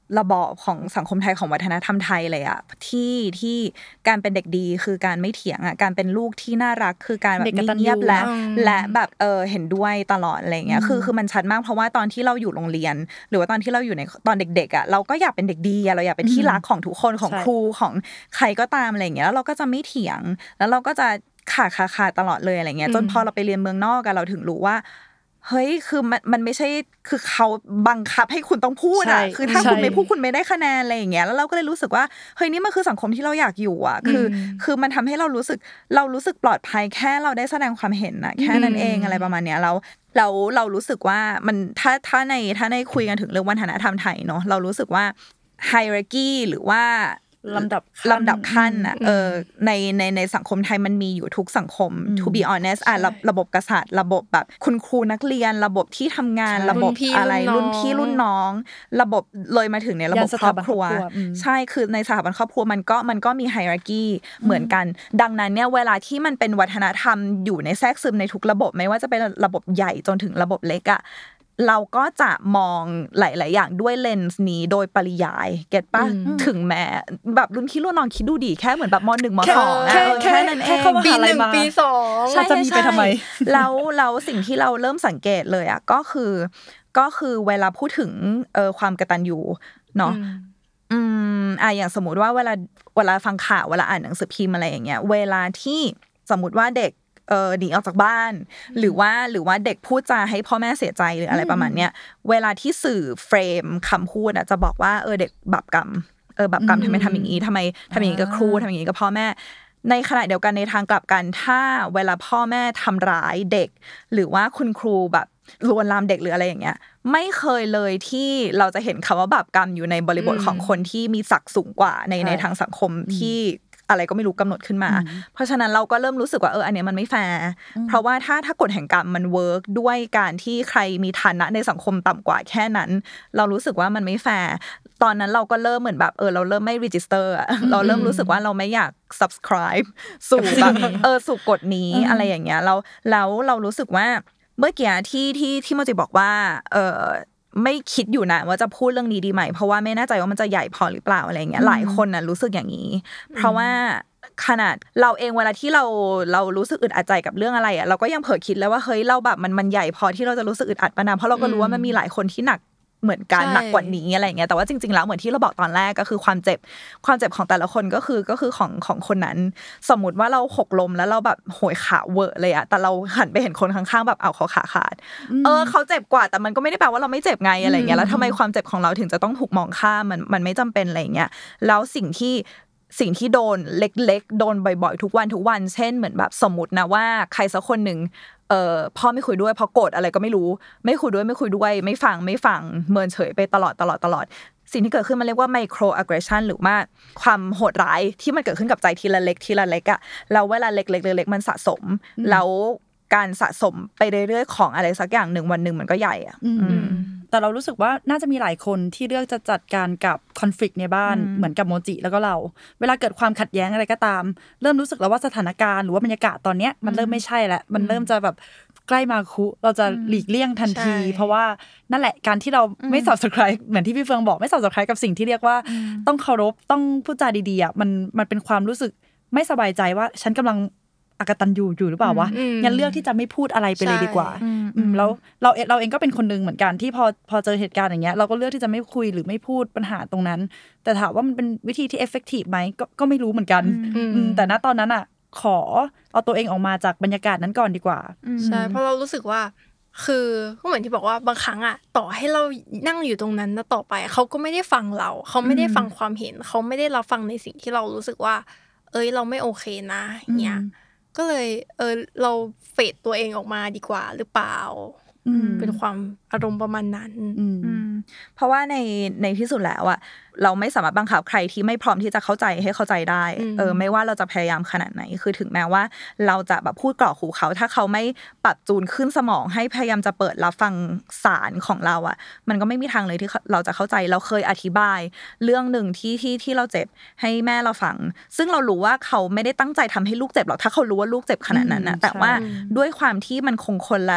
Speaker 2: ระบอบของสังคมไทยของวัฒนธรรมไทยเลยอะที่ที่การเป็นเด็กดีคือการไม่เถียงอะการเป็นลูกที่น่ารักคือการแบบเงียบและและแบบเออเห็นด้วยตลอดอะไรเงี้ยคือคือมันชัดมากเพราะว่าตอนที่เราอยู่โรงเรียนหรือว่าตอนที่เราอยู่ในตอนเด็กๆอะเราก็อยากเป็นเด็กดีเราอยากเป็นที่รักของทุกคนของครูของใครก็ตามอะไรเงี้ยแล้วเราก็จะไม่เถียงแล้วเราก็จะขาขาขาตลอดเลยอะไรเงี้ยจนพอเราไปเรียนเมืองนอกกันเราถึงรู้ว่าเฮ้ยคือมันมันไม่ใช่คือเขาบังคับให้คุณต้องพูดอ่ะคือถ้าคุณไม่พูดคุณไม่ได้คะแนนอะไรอย่างเงี้ยแล้วเราก็เลยรู้สึกว่าเฮ้ยนี่มันคือสังคมที่เราอยากอยู่อ่ะคือคือมันทำให้เรารู้สึกเรารู้สึกปลอดภัยแค่เราได้แสดงความเห็นน่ะแค่นั้นเองอะไรประมาณเนี้ยแล้วเราเรารู้สึกว่ามันถ้าถ้าในถ้าในคุยกันถึงเรื่องวัฒนธรรมไทยเนาะเรารู้สึกว่า hierarchy หรือว่า
Speaker 3: ลำดับ
Speaker 2: ลำดับขั้นน่ะเออในในในสังคมไทยมันมีอยู่ทุกสังคม to be honest อ่ะระบบกษัตริย์ระบบแบบคุณครูนักเรียนระบบที่ทำงานระบบอะไรรุ่นพี่รุ่นน้องระบบเลยมาถึงในระบบครอบครัวใช่คือในสถาบันครอบครัวมันก็มันก็มี hierarchy เหมือนกันดังนั้นเนี่ยเวลาที่มันเป็นวัฒนธรรมอยู่ในแทรกซึมในทุกระบบไม่ว่าจะเป็นระบบใหญ่จนถึงระบบเล็กอ่ะเราก็จะมองหลายๆอย่างด้วยเลนส์นี้โดยปริยายเก็ทป่ะถึงแม้แบบรุ่นพี่รุ่นน้องคิดดูดีแค่เหมือนแบบม.หนึ่ง ม.สองอ่ะแค่นั้นเอง
Speaker 4: ปีหนึ่งปีสอง
Speaker 3: ใช่จะมีไปทำไม
Speaker 2: แล้วแล้วสิ่งที่เราเริ่มสังเกตเลยอ่ะก็คือก็คือเวลาพูดถึงเอ่อความกตัญญูเนาะอืมอ่ะอย่างสมมุติว่าเวลาเวลาฟังข่าวเวลาอ่านหนังสือพิมพ์อะไรอย่างเงี้ยเวลาที่สมมุติว่าเด็กเออหนีออกจากบ้านหรือว่าหรือว่าเด็กพูดจาให้พ่อแม่เสียใจหรืออะไรประมาณเนี้ยเวลาที่สื่อเฟรมคำพูดอ่ะจะบอกว่าเออเด็กบาปกรรมเออบาปกรรมทำไมทำอย่างนี้ทำไมทำอย่างนี้กับครูทำอย่างนี้กับพ่อแม่ในขณะเดียวกันในทางกลับกันถ้าเวลาพ่อแม่ทำร้ายเด็กหรือว่าคุณครูแบบลวนลามเด็กหรืออะไรอย่างเงี้ยไม่เคยเลยที่เราจะเห็นคำว่าบาปกรรมอยู่ในบริบทของคนที่มีศักดิ์สูงกว่าในในทางสังคมที่อะไรก็ไม่รู้กำหนดขึ้นมาเพราะฉะนั้นเราก็เริ่มรู้สึกว่าเอออันเนี้ยมันไม่แฟร์เพราะว่าถ้าถ้ากฎแห่งกรรมมันเวิร์กด้วยการที่ใครมีฐานะในสังคมต่ำกว่าแค่นั้นเรารู้สึกว่ามันไม่แฟร์ตอนนั้นเราก็เริ่มเหมือนแบบเออเราเริ่มไม่รีจิสเตอร์อ่ะเราเริ่มรู้สึกว่าเราไม่อยาก subscribe สู่แบบเออสู่กฎนี้อะไรอย่างเงี้ยเราแล้วเรารู้สึกว่าเมื่อกี้ที่ที่ที่โมจิบอกว่าเออไม่คิดอยู่นะว่าจะพูดเรื่องนี้ดีไหมเพราะว่าไม่แน่ใจว่ามันจะใหญ่พอหรือเปล่าอะไรเงี้ยหลายคนน่ะรู้สึกอย่างนี้เพราะว่าขนาดเราเองเวลาที่เราเรารู้สึกอึดอัดใจกับเรื่องอะไรอ่ะเราก็ยังเผลอคิดแล้วว่าเฮ้ยเราแบบมันมันใหญ่พอที่เราจะรู้สึกอึดอัดปะนะเพราะเราก็รู้ว่ามันมีหลายคนที่หนักเหมือนกันหนักกว่านี้อะไรเงี้ยแต่ว่าจริงๆแล้วเหมือนที่เราบอกตอนแรกก็คือความเจ็บความเจ็บของแต่ละคนก็คือก็คือของของคนนั้นสมมุติว่าเราหกล้มแล้วเราแบบโหยขาเวอะเลยอะแต่เราหันไปเห็นคนข้างๆแบบเอาเขาขาขาดเออเขาเจ็บกว่าแต่มันก็ไม่ได้แปลว่าเราไม่เจ็บไงอะไรเงี้ยแล้วทำไมความเจ็บของเราถึงจะต้องถูกมองข้ามมันมันไม่จำเป็นอะไรเงี้ยแล้วสิ่งที่สิ่งที่โดนเล็กๆโดนบ่อยๆทุกวันทุกวันเช่นเหมือนแบบสมมุตินะว่าใครสักคนนึงเอ่อพ่อไม่คุยด้วยเพราะโกรธอะไรก็ไม่รู้ไม่คุยด้วยไม่คุยด้วยไม่ฟังไม่ฟังเมินเฉยไปตลอดตลอดตลอดสิ่งที่เกิดขึ้นมันเรียกว่า micro aggression หรือว่าความโหดร้ายที่มันเกิดขึ้นกับใจทีละเล็กทีละเล็กอ่ะแล้วเวลาเล็กๆเล็กๆมันสะสมแล้วการสะสมไปเรื่อยๆของอะไรสักอย่างนึงวันนึงมันก็ใหญ่อ่ะ
Speaker 3: แต่เรารู้สึกว่าน่าจะมีหลายคนที่เลือกจะจัดการกับคอนฟลิกต์ในบ้านเหมือนกับโมจิแล้วก็เราเวลาเกิดความขัดแย้งอะไรก็ตามเริ่มรู้สึกแล้วว่าสถานการณ์หรือว่าบรรยากาศตอนเนี้ยมันเริ่มไม่ใช่แล้วมันเริ่มจะแบบใกล้มาคุเราจะหลีกเลี่ยงทันทีเพราะว่านั่นแหละการที่เราไม่ subscribe เหมือนที่พี่เฟืองบอกไม่ subscribe กับสิ่งที่เรียกว่าต้องเคารพต้องพูดจาดีๆอ่ะมันมันเป็นความรู้สึกไม่สบายใจว่าฉันกำลังอกตัญญูอยู่หรือเปล่าวะงั้นเลือกที่จะไม่พูดอะไรไปเลยดีกว่าแล้วเราเราเองก็เป็นคนนึงเหมือนกันที่พอพอเจอเหตุการณ์อย่างเงี้ยเราก็เลือกที่จะไม่คุยหรือไม่พูดปัญหาตรงนั้นแต่ถามว่ามันเป็นวิธีที่ effective ไหมก็ก็ไม่รู้เหมือนกันแต่ณตอนนั้นอ่ะขอเอาตัวเองออกมาจากบรรยากาศนั้นก่อนดีกว่า
Speaker 4: ใช่เพราะเรารู้สึกว่าคือก็เหมือนที่บอกว่าบางครั้งอ่ะต่อให้เรานั่งอยู่ตรงนั้นนะต่อไปเขาก็ไม่ได้ฟังเราเขาไม่ได้ฟังความเห็นเขาไม่ได้รับฟังในสิ่งที่เรารู้สึกว่าเอ้ยเราไม่โอเคนะเงี้ยก็เลยเออเราเฟดตัวเองออกมาดีกว่าหรือเปล่าเป็นความอารมณ์ประมาณนั้น
Speaker 2: เพราะว่าในในที่สุดแล้วอะเราไม่สามารถบังคับใครที่ไม่พร้อมที่จะเข้าใจให้เข้าใจได้เออไม่ว่าเราจะพยายามขนาดไหนคือถึงแม้ว่าเราจะแบบพูดกรอกหูเขาถ้าเขาไม่ปรับจูนขึ้นสมองให้พยายามจะเปิดรับฟังสารของเราอะมันก็ไม่มีทางเลยที่เราจะเข้าใจเราเคยอธิบายเรื่องนึงที่ที่ที่เราเจ็บให้แม่เราฟังซึ่งเรารู้ว่าเขาไม่ได้ตั้งใจทำให้ลูกเจ็บหรอกถ้าเขารู้ว่าลูกเจ็บขนาดนั้นนะแต่ว่าด้วยความที่มันคงคนละ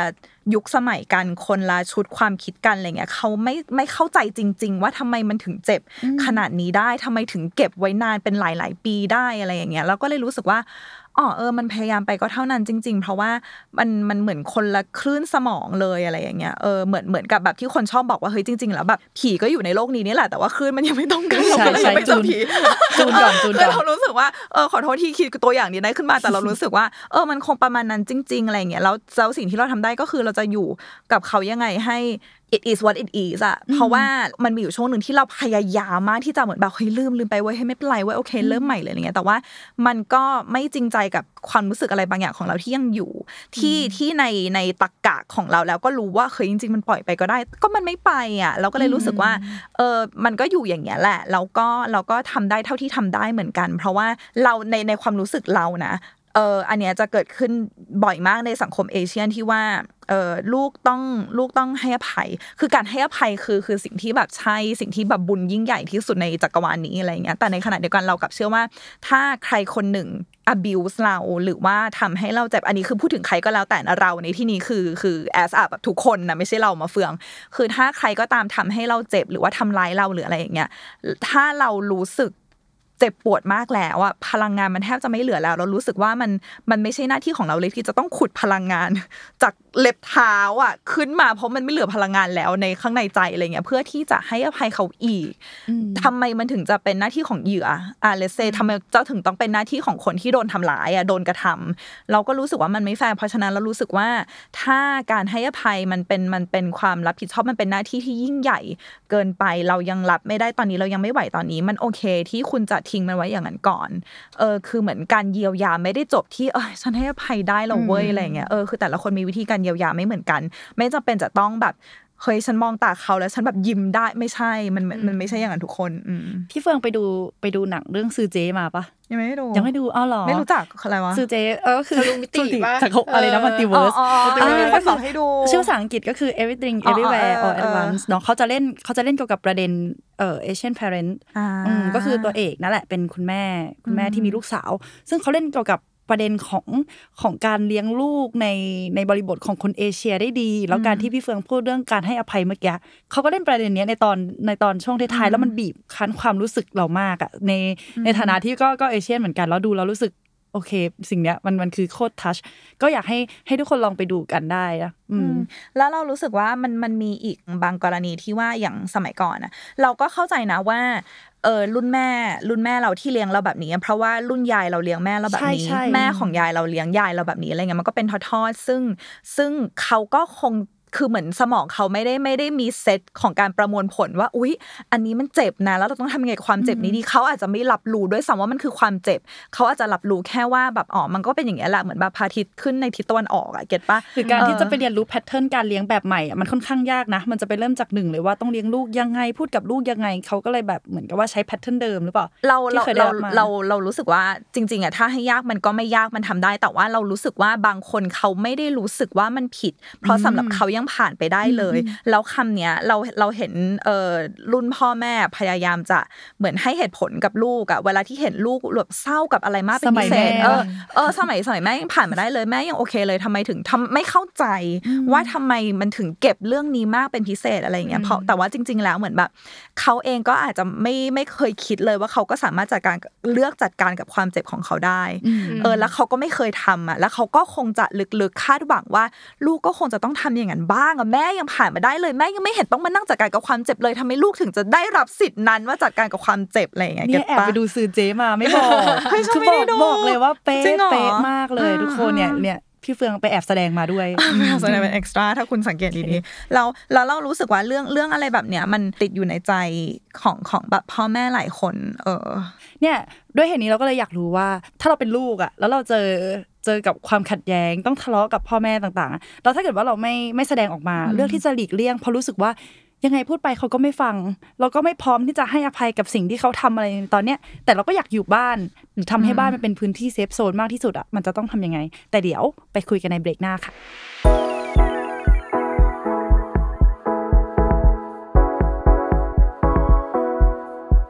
Speaker 2: ยุคสมัยกันคนละชุดความคิดกันอะไรเงี้ยเขาไม่ไม่เข้าใจจริงๆว่าทำไมมันถึงเจ็บขนาดนี้ได้ทำไมถึงเก็บไว้นานเป็นหลายๆปีได้อะไรอย่างเงี้ยแล้วก็เลยรู้สึกว่าอ๋อเออมันพยายามไปก็เท่านั้นจริงๆเพราะว่ามันมันเหมือนคนละคลื่นสมองเลยอะไรอย่างเงี้ยเออเหมือนเหมือนกับแบบที่คนชอบบอกว่าเฮ้ยจริงๆแล้วแบบผีก็อยู่ในโลกนี้นี่แหละแต่ว่าคลื่นมันยังไม่ต้องกันเราก็เลยไม่เจอผี
Speaker 3: จูนก่อนจูนก่อน
Speaker 2: เรารู้สึกว่าเออขอโทษที่คิดตัวอย่างนี้ได้ขึ้นมาแต่เรารู้สึกว่าเออมันคงประมาณนั้นจริงๆอะไรอย่างเงี้ยแล้วแล้วสิ่งที่เราทำได้ก็คือเราจะอยู่กับเขายังไงให้ it is what it is อะเพราะว่ามันมีอยู่ช่วงหนึ่งที่เราพยายามมากที่จะเหมือนแบบเฮ้ยลืมลืมไปเว้ยให้ไม่เป็นไรเว้ยโอเคเริ่มใหม่เลยอะไรเงี้ยแต่ว่ามันก็ไม่จริงใจกับความรู้สึกอะไรบางอย่างของเราที่ยังอยู่ที่ที่ในในตรรกะของเราแล้วก็รู้ว่าเฮ้ยจริงๆมันปล่อยไปก็ได้ก็มันไม่ไปอ่ะเราก็เลยรู้สึกว่าเออมันก็อยู่อย่างเงี้ยแหละแล้วก็เราก็ทำได้เท่าที่ทำได้เหมือนกันเพราะว่าเราในในความรู้สึกเรานะเอออันเนี้ยจะเกิดขึ้นบ่อยมากในสังคมเอเชียนที่ว่าเออลูกต้องลูกต้องให้อภัยคือการให้อภัยคือคือสิ่งที่แบบใช่สิ่งที่แบบบุญยิ่งใหญ่ที่สุดในจักรวาลนี้อะไรเงี้ยแต่ในขณะเดียวกันเรากลับเชื่อว่าถ้าใครคนหนึ่ง abuse เราหรือว่าทำให้เราเจ็บอันนี้คือพูดถึงใครก็แล้วแต่เราในที่นี้คือคือ as a แบบทุกคนนะไม่ใช่เรามาเฟืองคือถ้าใครก็ตามทำให้เราเจ็บหรือว่าทำร้ายเราหรืออะไรอย่างเงี้ยถ้าเรารู้สึกเจ็บปวดมากแล้วอ่ะพลังงานมันแทบจะไม่เหลือแล้วเรารู้สึกว่ามันมันไม่ใช่หน้าที่ของเราเลยที่จะต้องขุดพลังงานจากเล็บเท้าอ่ะขึ้นมาเพราะมันไม่เหลือพลังงานแล้วในข้างในใจอะไรเงี้ยเพื่อที่จะให้อภัยเขาอีกทำไมมันถึงจะเป็นหน้าที่ของเหยื่ออ่ะเลเซทำไมเจ้าถึงต้องเป็นหน้าที่ของคนที่โดนทำร้ายอ่ะโดนกระทำเราก็รู้สึกว่ามันไม่แฟร์เพราะฉะนั้นเรารู้สึกว่าถ้าการให้อภัยมันเป็นมันเป็นความรับผิดชอบมันเป็นหน้าที่ที่ยิ่งใหญ่เกินไปเรายังรับไม่ได้ตอนนี้เรายังไม่ไหวตอนนี้มันโอเคที่คุณจะทิ้งมันไว้อย่างนั้นก่อนเออคือเหมือนการเยียวยาไม่ได้จบที่เออฉันให้อภัยได้หรอเว้ยอะไรเงี้ยเออคือแต่ละคนมีวิธีการเยียวยาไม่เหมือนกันไม่จำเป็นจะต้องแบบเฮ้ยฉันมองตาเขาแล้วฉันแบบยิ้มได้ไม่ใช่มันมันไม่ใช่อย่างนั้นทุกคน
Speaker 3: พี่เฟืองไปดูไปดูหนังเรื่องซือเจมาปะ
Speaker 2: ยังไม่ได้ดู
Speaker 3: ยังไม่ดูอ้าวหรอ
Speaker 2: ไม่รู้จักอะไรวะ
Speaker 3: ซือเจเออคือ
Speaker 4: รู้มิติป่ะ
Speaker 3: จากอะไรนะมัลติเวิร์ส
Speaker 2: อ๋อก็สอนให้ดู
Speaker 3: ชื่อภาษาอังกฤษก็คือ everything everywhere all at once เนาะเขาจะเล่นเขาจะเล่นเกี่ยวกับประเด็นเอ่อ Asian parent อืมก็คือตัวเอกนั่นแหละเป็นคุณแม่คุณแม่ที่มีลูกสาวซึ่งเขาเล่นเกี่ยวกับประเด็นของของการเลี้ยงลูกในในบริบทของคนเอเชียได้ดีแล้วการที่พี่เฟืองพูดเรื่องการให้อภัยเมื่อกี้เขาก็เล่นประเด็นนี้ในตอนในตอนช่วงท้ายๆแล้วมันบีบคั้นความรู้สึกเรามากอ่ะในในฐานะที่ก็ก็เอเชียนเหมือนกันแล้วดูแล้วรู้สึกโอเคสิ่งเนี้ยมันมันคือโคตรทัชก็อยากให้ให้ทุกคนลองไปดูกันได้นะอืม
Speaker 2: แล้วเรารู้สึกว่ามันมันมีอีกบางกรณีที่ว่าอย่างสมัยก่อนนะเราก็เข้าใจนะว่าเออรุ่นแม่รุ่นแม่เราที่เลี้ยงเราแบบนี้เพราะว่ารุ่นยายเราเลี้ยงแม่เราแบบนี้แม่ของยายเราเลี้ยงยายเราแบบนี้อะไรเงี้ยมันก็เป็นทอดๆซึ่งซึ่งเขาก็คงคือเหมือนสมองเขาไม่ได้ไม่ได้มีเซตของการประมวลผลว่าอุ๊ยอันนี้มันเจ็บนะแล้วเราต้องทำยังไงกับความเจ็บนี้ดีเขาอาจจะไม่รับรู้ด้วยซ้ำว่ามันคือความเจ็บเขาอาจจะรับรู้แค่ว่าแบบอ๋อมันก็เป็นอย่างนี้แหละเหมือนแบบพระอาทิตย์ขึ้นในทิศตะวันออกอ่ะเก็ทป่ะ
Speaker 3: คือการที่จะไปเรียนรู้แพทเทิร์นการเลี้ยงแบบใหม่อ่ะมันค่อนข้างยากนะมันจะไปเริ่มจากหนึ่งเลยว่าต้องเลี้ยงลูกยังไงพูดกับลูกยังไงเขาก็เลยแบบเหมือนกับว่าใช้แพทเทิร์นเดิมหรือเปล่า
Speaker 2: เราเราเราเราเรารู้สึกว่าจริงๆอ่ะถ้าให้ยากมันก็ไม่ยากมันทำได้แต่ว่าเรารู้สึกว่าบางคนเขาไม่ได้รู้สึกว่ามันผิดเพราะสำหรับเขายังผ่านไปได้เลยแล้วคำเนี้ยเราเราเห็นเอ่อรุ่นพ่อแม่พยายามจะเหมือนให้เหตุผลกับลูกอ่ะเวลาที่เห็นลูกแบบเศร้ากับอะไรมากเป็นพิเศษเออเออสมัยสมัยแม่ยังผ่านมาได้เลยแม่ยังโอเคเลยทำไมถึงทำไม่เข้าใจว่าทำไมมันถึงเก็บเรื่องนี้มากเป็นพิเศษอะไรอย่างเงี้ยเพราะแต่ว่าจริงๆแล้วเหมือนแบบเขาเองก็อาจจะไม่ไม่เคยคิดเลยว่าเขาก็สามารถจัดการเลือกจัดการกับความเจ็บของเขาได้เออแล้วเขาก็ไม่เคยทำอ่ะแล้วเขาก็คงจะลึกๆคาดหวังว่าลูกก็คงจะต้องทำอย่างนั้นบ้างอ่ะแม่ยังผ่านมาได้เลยแม่ยังไม่เห็นต้องมานั่งจัดการกับความเจ็บเลยทำไมลูกถึงจะได้รับสิทธิ์นั้นว่าจัดการกับความเจ็บอะไรอย่างเงี้ย
Speaker 3: เนี่ยแอบไปดูซื้อเจมาไม่บอกคือบอกบอกเลยว่าเป๊ะเป๊ะมากเลยทุกคนเนี่ยเนี่ยพี่เฟืองไปแอบแสดงมาด้วย
Speaker 2: แสดงเป็นเอ็กซ์ตร้าถ้าคุณสังเกตดีๆเราเราเรารู้สึกว่าเรื่องเรื่องอะไรแบบเนี้ยมันติดอยู่ในใจของของแบบพ่อแม่หลายคนเออ
Speaker 3: เนี่ยด้วยเหตุนี้เราก็เลยอยากรู้ว่าถ้าเราเป็นลูกอ่ะแล้วเราเจอเจอกับความขัดแย้งต้องทะเลาะกับพ่อแม่ต่างๆแล้วถ้าเกิดว่าเราไม่ไม่แสดงออกมาเลือกที่จะหลีกเลี่ยงเพราะรู้สึกว่ายังไงพูดไปเขาก็ไม่ฟังเราก็ไม่พร้อมที่จะให้อภัยกับสิ่งที่เขาทำอะไรตอนเนี้ยแต่เราก็อยากอยู่บ้านหรือทำให้บ้านมันเป็นพื้นที่เซฟโซนมากที่สุดอ่ะมันจะต้องทำยังไงแต่เดี๋ยวไปคุยกันในเบรกหน้าค่ะ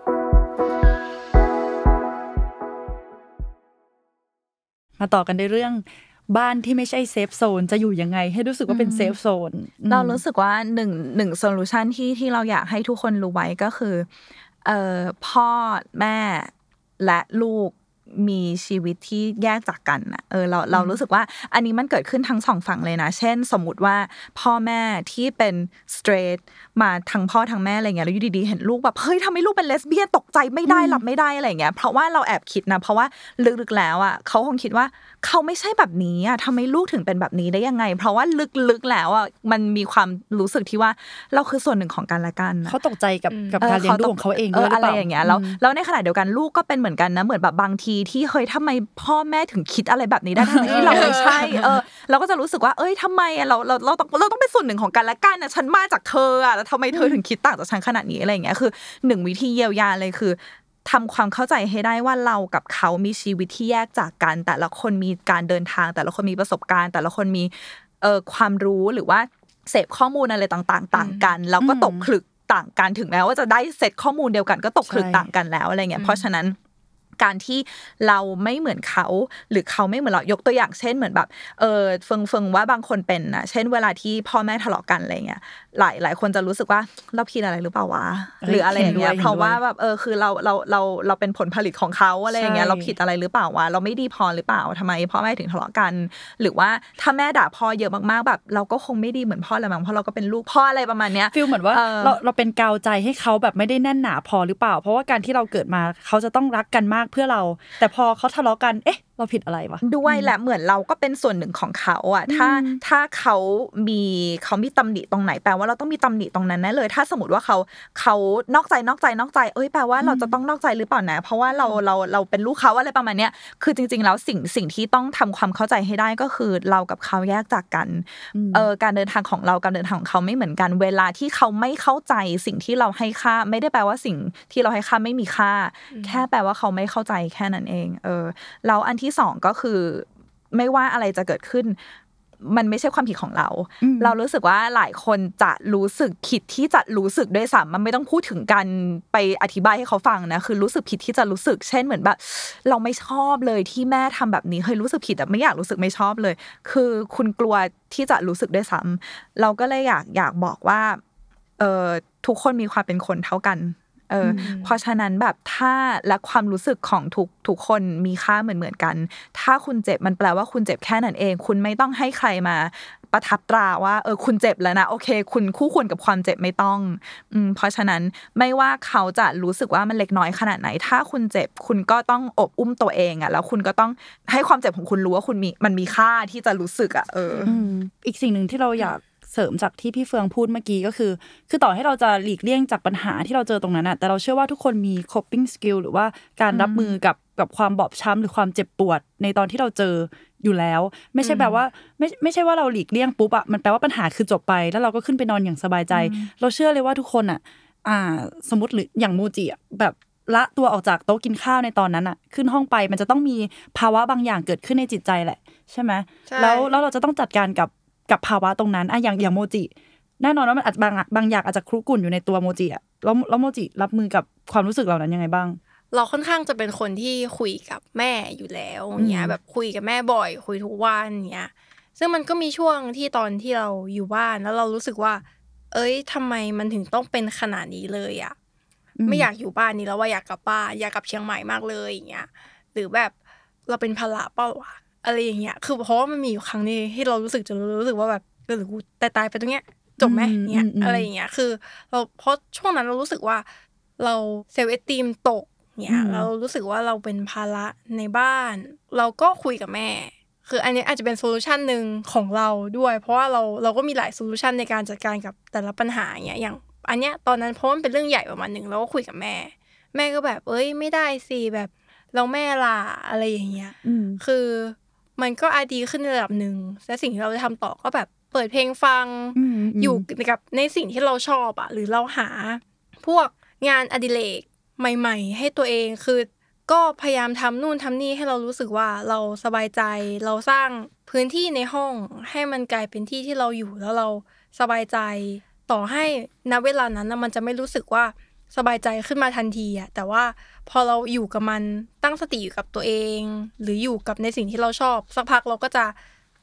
Speaker 3: มาต่อกันในเรื่องบ้านที่ไม่ใช่เซฟโซนจะอยู่ยังไงให้รู้สึกว่าเป็นเซฟโซน
Speaker 2: เรารู้สึกว่าหนึ่งหนึ่งโซลูชันที่ที่เราอยากให้ทุกคนรู้ไว้ก็คือเอ่อพ่อแม่และลูกมีชีวิตที่แยกจากกันนะเออเราเรารู้สึกว่าอันนี้มันเกิดขึ้นทั้งสองฝั่งเลยนะเช่นสมมุติว่าพ่อแม่ที่เป็นสเตรทมาทั้งพ่อทั้งแม่อะไรเงี้ยแล้วอยู่ดีๆเห็นลูกแบบเฮ้ยทำไมลูกเป็นเลสเบี้ยนตกใจไม่ได้หลับไม่ได้อะไรเงี้ยเพราะว่าเราแอบคิดนะเพราะว่าลึกๆแล้วอ่ะเขาคงคิดว่าเขาไม่ใช่แบบนี้อ่ะทำไมลูกถึงเป็นแบบนี้ได้ยังไงเพราะว่าลึกๆแล้วอ่ะมันมีความรู้สึกที่ว่าเราคือส่วนหนึ่งของกันและกัน
Speaker 3: เขาตกใจกับกับการเลี้ยงดูของเขาเองด้วยหรือเปล่า
Speaker 2: อะไรอย่างเงี้ยแล้วแล้วในขณะเดียวกันลูกก็เป็นเหมือนกันนะเหมือนแบบบางทีที่เฮ้ยทำไมพ่อแม่ถึงคิดอะไรแบบนี้ได้ทั้งที่เราไม่ใช่เออเราก็จะรู้สึกว่าเอ้ยทำไมอ่ะเราเราเราต้องเราต้องเป็นส่วนหนึ่งของกันและกันนะฉันมาจากเธออ่ะแล้วทำไมเธอถึงคิดต่างจากฉันขนาดนี้อะไรอย่างเงี้ยคือหนึ่งวิธีเยียวยาเลยคือทำความเข้าใจให้ได้ว่าเรากับเขามีชีวิตที่แยกจากกันแต่ละคนมีการเดินทางแต่ละคนมีประสบการณ์แต่ละคนมีเอ่อความรู้หรือว่าเสพข้อมูลอะไรต่างๆต่างกันแล้วก็ตกผลึกต่างกันถึงแม้ว่าจะได้เซตข้อมูลเดียวกันก็ตกผลึกต่างกันแล้วอะไรเงี้ยเพราะฉะนั้นการที่เราไม่เหมือนเขาหรือเขาไม่เหมือนเรายกตัวอย่างเช่นเหมือนแบบเออเฟิงเฟิงว่าบางคนเป็นนะเช่นเวลาที่พ่อแม่ทะเลาะกันอะไรเงี้ยหลายหลายคนจะรู้สึกว่าเราผิดอะไรหรือเปล่าวะหรืออะไรอย่างเงี้ยเพราะว่าแบบเออคือเราเราเราเราเป็นผลผลิตของเขาอะไรอย่างเงี้ยเราผิดอะไรหรือเปล่าวะเราไม่ดีพอหรือเปล่าทำไมพ่อแม่ถึงทะเลาะกันหรือว่าถ้าแม่ด่าพ่อเยอะมากๆแบบเราก็คงไม่ดีเหมือนพ่อแหละมั้งเพราะเราก็เป็นลูกพ่ออะไรประมาณเนี้ย
Speaker 3: ฟีลเหมือนว่าเราเราเป็นกาวใจให้เขาแบบไม่ได้แน่นหนาพอหรือเปล่าเพราะว่าการที่เราเกิดมาเขาจะต้องรักกันมากเพื่อเราแต่พอเขาทะเลาะกันเอ๊ะเราผิดอะไรวะ
Speaker 2: ด้วยแหละเหมือนเราก็เป็นส่วนหนึ่งของเขาอ่ะถ้าถ้าเขามีเขามีตำหนิตรงไหนแปลว่าเราต้องมีตำหนิตรงนั้นแน่เลยถ้าสมมติว่าเขาเขานอกใจนอกใจนอกใจเอ้ยแปลว่าเราจะต้องนอกใจหรือเปล่านะเพราะว่าเราเราเราเป็นลูกเขาอะไรประมาณเนี้ยคือจริงๆแล้วสิ่งสิ่งที่ต้องทำความเข้าใจให้ได้ก็คือเรากับเขาแยกจากกันเออการเดินทางของเราการเดินทางของเขาไม่เหมือนกันเวลาที่เขาไม่เข้าใจสิ่งที่เราให้ค่าไม่ได้แปลว่าสิ่งที่เราให้ค่าไม่มีค่าแค่แปลว่าเขาไม่เข้าใจแค่นั้นเองเออแล้วอันที่สองก็คือไม่ว่าอะไรจะเกิดขึ้นมันไม่ใช่ความผิดของเราเรารู้สึกว่าหลายคนจะรู้สึกผิดที่จะรู้สึกด้วยซ้ำมันไม่ต้องพูดถึงการไปอธิบายให้เขาฟังนะคือรู้สึกผิดที่จะรู้สึกเช่นเหมือนแบบเราไม่ชอบเลยที่แม่ทำแบบนี้เคยรู้สึกผิดแต่ไม่อยากรู้สึกไม่ชอบเลยคือคุณกลัวที่จะรู้สึกด้วยซ้ำเราก็เลยอยากอยากบอกว่าเออทุกคนมีความเป็นคนเท่ากันเออเพราะฉะนั้นแบบถ้าและความรู้สึกของทุกทุกคนมีค่าเหมือนเหมือนกันถ้าคุณเจ็บมันแปลว่าคุณเจ็บแค่นั้นเองคุณไม่ต้องให้ใครมาประทับตราว่าเออคุณเจ็บแล้วนะโอเคคุณคู่ควรกับความเจ็บไม่ต้องอืมเพราะฉะนั้นไม่ว่าเขาจะรู้สึกว่ามันเล็กน้อยขนาดไหนถ้าคุณเจ็บคุณก็ต้องอบอุ้มตัวเองอ่ะแล้วคุณก็ต้องให้ความเจ็บของคุณรู้ว่าคุณมีมันมีค่าที่จะรู้สึกอ่ะเออ
Speaker 3: อีกสิ่งนึงที่เราอยากเสริมจากที่พี่เฟืองพูดเมื่อกี้ก็คือคือต่อให้เราจะหลีกเลี่ยงจากปัญหาที่เราเจอตรงนั้นน่ะแต่เราเชื่อว่าทุกคนมี coping skill หรือว่าการรับมือกับกับความบอบช้ำหรือความเจ็บปวดในตอนที่เราเจออยู่แล้วไม่ใช่แบบว่าไม่ไม่ใช่ว่าเราหลีกเลี่ยงปุ๊บอ่ะมันแปลว่าปัญหาคือจบไปแล้วเราก็ขึ้นไปนอนอย่างสบายใจเราเชื่อเลยว่าทุกคนอ่ะอ่าสมมติหรืออย่างโมจิอ่ะแบบละตัวออกจากโต๊ะกินข้าวในตอนนั้นอ่ะขึ้นห้องไปมันจะต้องมีภาวะบางอย่างเกิดขึ้นในจิตใจแหละใช่ไหมแล้วแล้วเราจะต้องจัดการกับกับภาวะตรงนั้นอ่ะอย่างอย่างโมจิแน่นอนว่ามันอาจบางบางอย่างอาจจะครุกุ่นอยู่ในตัวโมจิอ่ะแล้วแล้วโมจิรับมือกับความรู้สึกเหล่านั้นยังไงบ้าง
Speaker 4: เราค่อนข้างจะเป็นคนที่คุยกับแม่อยู่แล้วอย่างเงี้ยแบบคุยกับแม่บ่อยคุยทุกวันอย่างเงี้ยซึ่งมันก็มีช่วงที่ตอนที่เราอยู่บ้านแล้วเรารู้สึกว่าเอ้ยทำไมมันถึงต้องเป็นขนาดนี้เลยอ่ะไม่อยากอยู่บ้านนี้แล้วว่าอยากกลับบ้านอยากกลับเชียงใหม่มากเลยอย่างเงี้ยหรือแบบเราเป็นภาระเปล่าวะอะไรอย่างเงี้ยคือเพราะว่ามันมีอยู่ครั้งนึงที่เรารู้สึกจนรู้สึกว่าแบบเออหรือกูตายๆไปตรงเนี้ยจบไหมเนี่ยอะไรอย่างเงี้ยคือเราเพราะช่วงนั้นเรารู้สึกว่าเราเซลฟ์เอสตีมตกเนี่ยเรารู้สึกว่าเราเป็นภาระในบ้านเราก็คุยกับแม่คืออันนี้อาจจะเป็นโซลูชันนึงของเราด้วยเพราะว่าเราเราก็มีหลายโซลูชันในการจัดการกับแต่ละปัญหาอย่างเงี้ยอย่างอันเนี้ยตอนนั้นเพราะมันเป็นเรื่องใหญ่ประมาณนึงเราก็คุยกับแม่แม่ก็แบบเอ้ยไม่ได้สิแบบเราแม่ล่ะอะไรอย่างเงี้ยคือมันก็อาจดีขึ้นในระดับนึงและสิ่งที่เราจะทำต่อก็แบบเปิดเพลงฟังอยู่กับในสิ่งที่เราชอบอ่ะหรือเราหาพวกงานอดิเรกใหม่ๆให้ตัวเองคือก็พยายามทำนู่นทำนี่ให้เรารู้สึกว่าเราสบายใจเราสร้างพื้นที่ในห้องให้มันกลายเป็นที่ที่เราอยู่แล้วเราสบายใจต่อให้ณเวลานั้นมันจะไม่รู้สึกว่าสบายใจขึ้นมาทันทีอะแต่ว่าพอเราอยู่กับมันตั้งสติอยู่กับตัวเองหรืออยู่กับในสิ่งที่เราชอบสักพักเราก็จะ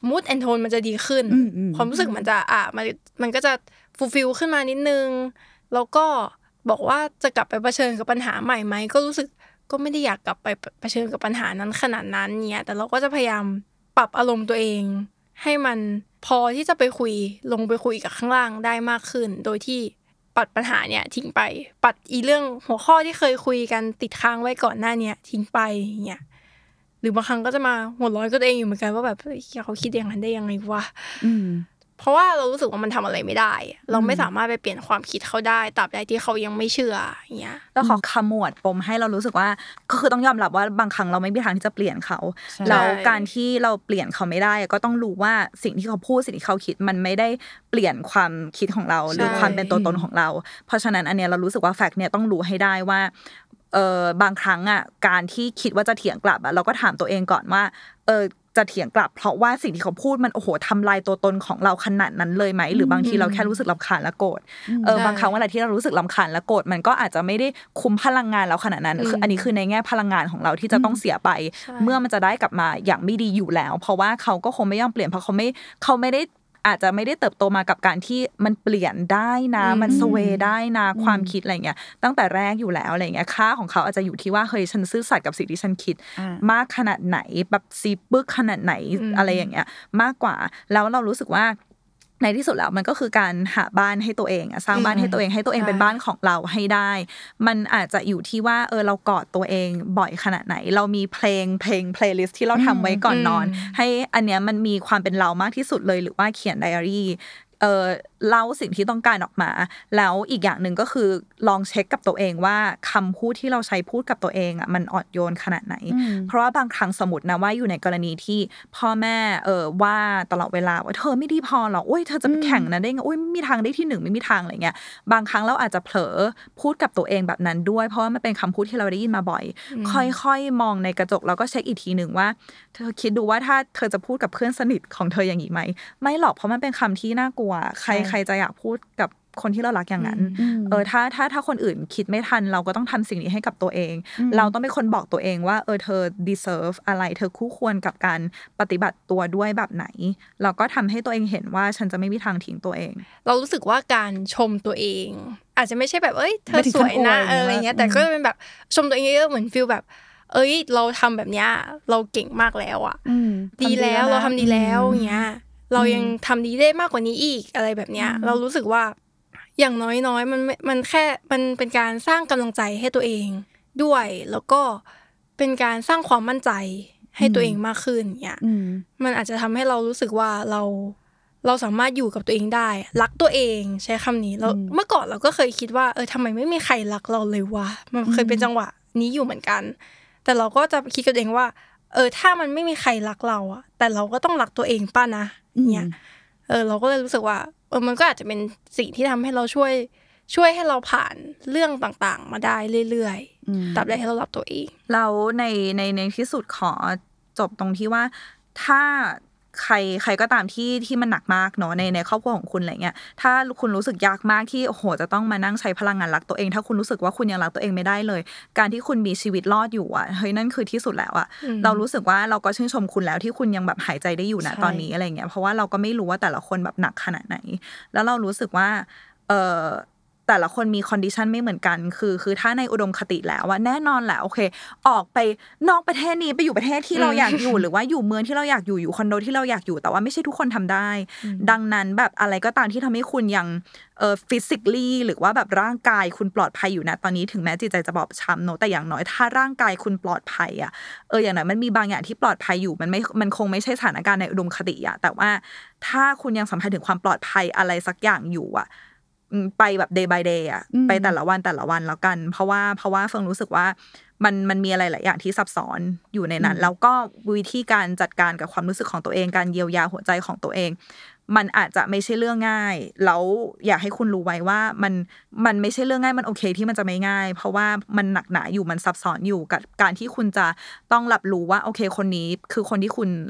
Speaker 4: มูดแอนโทนมันจะดีขึ้นความรู้สึกมันจะอ่ะมันมันก็จะฟูลฟิลขึ้นมานิดนึงแล้วก็บอกว่าจะกลับไปเผชิญกับปัญหาใหม่ไหมก็รู้สึกก็ไม่ได้อยากกลับไปเผชิญกับปัญหานั้นขนาดนั้นเนี่ยแต่เราก็จะพยายามปรับอารมณ์ตัวเองให้มันพอที่จะไปคุยลงไปคุยกับข้างล่างได้มากขึ้นโดยที่ปัดปัญหาเนี่ยทิ้งไปปัดอีเรื่องหัวข้อที่เคยคุยกันติดค้างไว้ก่อนหน้านี้ทิ้งไปเนี่ยหรือบางครั้งก็จะมาหัวร้อนกับตัวเองอยู่เหมือนกันว่าแบบเขาคิดอย่างนั้นได้ยังไงวะเพราะว่าเรารู้สึกว่ามันทำอะไรไม่ได้เราไม่สามารถไปเปลี่ยนความคิดเขาได้ตราบใดที่เขายังไม่เชื่ออย่างเงี้ย
Speaker 2: แล้วขอขมวดปมให้เรารู้สึกว่าก็คือต้องยอมรับว่าบางครั้งเราไม่มีทางที่จะเปลี่ยนเขาแล้วการที่เราเปลี่ยนเขาไม่ได้ก็ต้องรู้ว่าสิ่งที่เขาพูดสิ่งที่เขาคิดมันไม่ได้เปลี่ยนความคิดของเราหรือความเป็นตัวตนของเราเพราะฉะนั้นอันเนี้ยเรารู้สึกว่าแฟกต์เนี่ยต้องรู้ให้ได้ว่าเออบางครั้งอ่ะการที่คิดว่าจะเถียงกลับอ่ะเราก็ถามตัวเองก่อนว่าเออจะเถียงกลับเพราะว่าสิ่งที่เขาพูดมันโอ้โหทำลายตัวตนของเราขนาดนั้นเลยไหมหรือบางทีเราแค่รู้สึกรำคาญและโกรธเออบางครั้งเวลาที่เรารู้สึกรำคาญและโกรธมันก็อาจจะไม่ได้คุ้มพลังงานเราขนาดนั้นคืออันนี้คือในแง่พลังงานของเราที่จะต้องเสียไปเมื่อมันจะได้กลับมาอย่างไม่ดีอยู่แล้วเพราะว่าเขาก็คงไม่ยอมเปลี่ยนเพราะเขาไม่เขาไม่ได้อาจจะไม่ได้เติบโตมากับการที่มันเปลี่ยนได้นะมันสเวย์ได้นะความคิดอะไรเงี้ยตั้งแต่แรกอยู่แล้วอะไรเงี้ยค่าของเขาอาจจะอยู่ที่ว่าเฮ้ยฉันซื่อสัตย์กับสิ่งที่ฉันคิดมากขนาดไหนแบบซีบึกขนาดไหนอะไรอย่างเงี้ยมากกว่าแล้วเรารู้สึกว่าในที่สุดแล้วมันก็คือการหาบ้านให้ตัวเองอะสร้างบ้านให้ตัวเองให้ตัวเองเป็นบ้านของเราให้ได้มันอาจจะอยู่ที่ว่าเออเรากอดตัวเองบ่อยขนาดไหนเรามีเพลงเพลงเพลย์ลิสต์ที่เราทำไว้ก่อนนอนให้อันเนี้ยมันมีความเป็นเรามากที่สุดเลยหรือว่าเขียนไดอารี่เออเล่าสิ่งที่ต้องการออกมาแล้วอีกอย่างหนึ่งก็คือลองเช็คกับตัวเองว่าคำพูดที่เราใช้พูดกับตัวเองอ่ะมันอ่อนโยนขนาดไหนเพราะว่าบางครั้งสมมตินะว่าอยู่ในกรณีที่พ่อแม่เออว่าตลอดเวลาว่าเธอไม่ดีพอหรอกโอ้ยเธอจะไปแข่งนะได้ไงโอ้ยไม่มีทางได้ที่หนึ่งไม่มีทางอะไรเงี้ยบางครั้งเราอาจจะเผลอพูดกับตัวเองแบบนั้นด้วยเพราะว่ามันเป็นคำพูดที่เราได้ยินมาบ่อยค่อยๆมองในกระจกแล้วก็เช็คอีกทีนึงว่าเธอคิดดูว่าถ้าเธอจะพูดกับเพื่อนสนิทของเธออย่างนี้ไหมไม่หรอกเพราะมันเป็นคำที่น่ากลัวใครใครจะอยากพูดกับคนที่เรารักอย่างนั้นเออถ้าถ้าถ้าคนอื่นคิดไม่ทันเราก็ต้องทำสิ่งนี้ให้กับตัวเองเราต้องเป็นคนบอกตัวเองว่าเออเธอ deserve อะไรเธอคู่ควรกับการปฏิบัติตัวด้วยแบบไหนเราก็ทำให้ตัวเองเห็นว่าฉันจะไม่มีทางทิ้งตัวเอง
Speaker 4: เรารู้สึกว่าการชมตัวเองอาจจะไม่ใช่แบบเอ้ยเธอสวยนะอะไรเงี้ยแต่ก็เป็นแบบชมตัวเองเยอะเหมือนฟีลแบบเอ้ยเราทำแบบเนี้ยเราเก่งมากแล้วอ่ะดีแล้วเราทำดีแล้วเงี้ยเรายังทำดีได้มากกว่านี้อีกอะไรแบบเนี้ยเรารู้สึกว่าอย่างน้อยๆมันมันแค่มันเป็นการสร้างกำลังใจให้ตัวเองด้วยแล้วก็เป็นการสร้างความมั่นใจให้ตัวเองมากขึ้นเงี้ยมันอาจจะทำให้เรารู้สึกว่าเราเราสามารถอยู่กับตัวเองได้รักตัวเองใช้คำนี้แล้วเมื่อก่อนเราก็เคยคิดว่าเออทำไมไม่มีใครรักเราเลยวะมันเคยเป็นจังหวะนี้อยู่เหมือนกันแต่เราก็จะคิดกับตัวเองว่าเออถ้ามันไม่มีใครรักเราอะแต่เราก็ต้องรักตัวเองป่ะนะเนี่ยเออเราก็เลยรู้สึกว่าเออมันก็อาจจะเป็นสิ่งที่ทำให้เราช่วยช่วยให้เราผ่านเรื่องต่างๆมาได้เรื่อยๆตราบใดที่เรารักตัวเอง
Speaker 2: แล้วในในในที่สุดขอจบตรงที่ว่าถ้าใครใครก็ตามที่ที่มันหนักมากเนาะในในครอบครัวของคุณอะไรเงี้ยถ้าคุณรู้สึกยากมากที่โอ้โหจะต้องมานั่งใช้พลังงานรักตัวเองถ้าคุณรู้สึกว่าคุณยังรักตัวเองไม่ได้เลยการที่คุณมีชีวิตรอดอยู่อ่ะเฮ้ยนั่นคือที่สุดแล้วอ่ะเรารู้สึกว่าเราก็ชื่นชมคุณแล้วที่คุณยังแบบหายใจได้อยู่ณตอนนี้อะไรเงี้ยเพราะว่าเราก็ไม่รู้ว่าแต่ละคนแบบหนักขนาดไหนแล้วเรารู้สึกว่าเออแต่ละคนมีคอนดิชันไม่เหมือนกันคือคือถ้าในอุดมคติแล้วว่าแน่นอนแหละโอเคออกไปนอกประเทศนี้ไปอยู่ประเทศที่เราอยากอยู่หรือว่าอยู่เมืองที่เราอยากอยู่อยู่คอนโดที่เราอยากอยู่แต่ว่าไม่ใช่ทุกคนทำได้ดังนั้นแบบอะไรก็ตามที่ทำให้คุณยังเอ่อ physically หรือว่าแบบร่างกายคุณปลอดภัยอยู่นะตอนนี้ถึงแม้จิตใจจะบอบช้ำเนอะแต่อย่างน้อยถ้าร่างกายคุณปลอดภัยอ่ะเอออย่างน้อยมันมีบางอย่างที่ปลอดภัยอยู่มันไม่มันคงไม่ใช่สถานการณ์ในอุดมคติอ่ะแต่ว่าถ้าคุณยังสัมผัสถึงความปลอดภัยอะไรสักอย่างอยู่อ่ะไปแบบ day by day อ่ะไปแต่ละวันแต่ละวันแล้วกันเพราะว่าเพราะว่าเฟิงรู้สึกว่ามันมันมีอะไรหลายอย่างที่ซับซ้อนอยู่ในนั้นแล้วก็วิธีการจัดการกับความรู้สึกของตัวเองการเยียวยาหัวใจของตัวเองมันอาจจะไม่ใช่เรื่องง่ายแล้วอยากให้คุณรู้ไว้ว่ามันมันไม่ใช่เรื่องง่ายมันโอเคที่มันจะไม่ง่ายเพราะว่ามันหนักหนาอยู่มันซับซ้อนอยู่กับการที่คุณจะต้องรับรู้ว่าโอเคคนนี้คือคนที่คุณรัก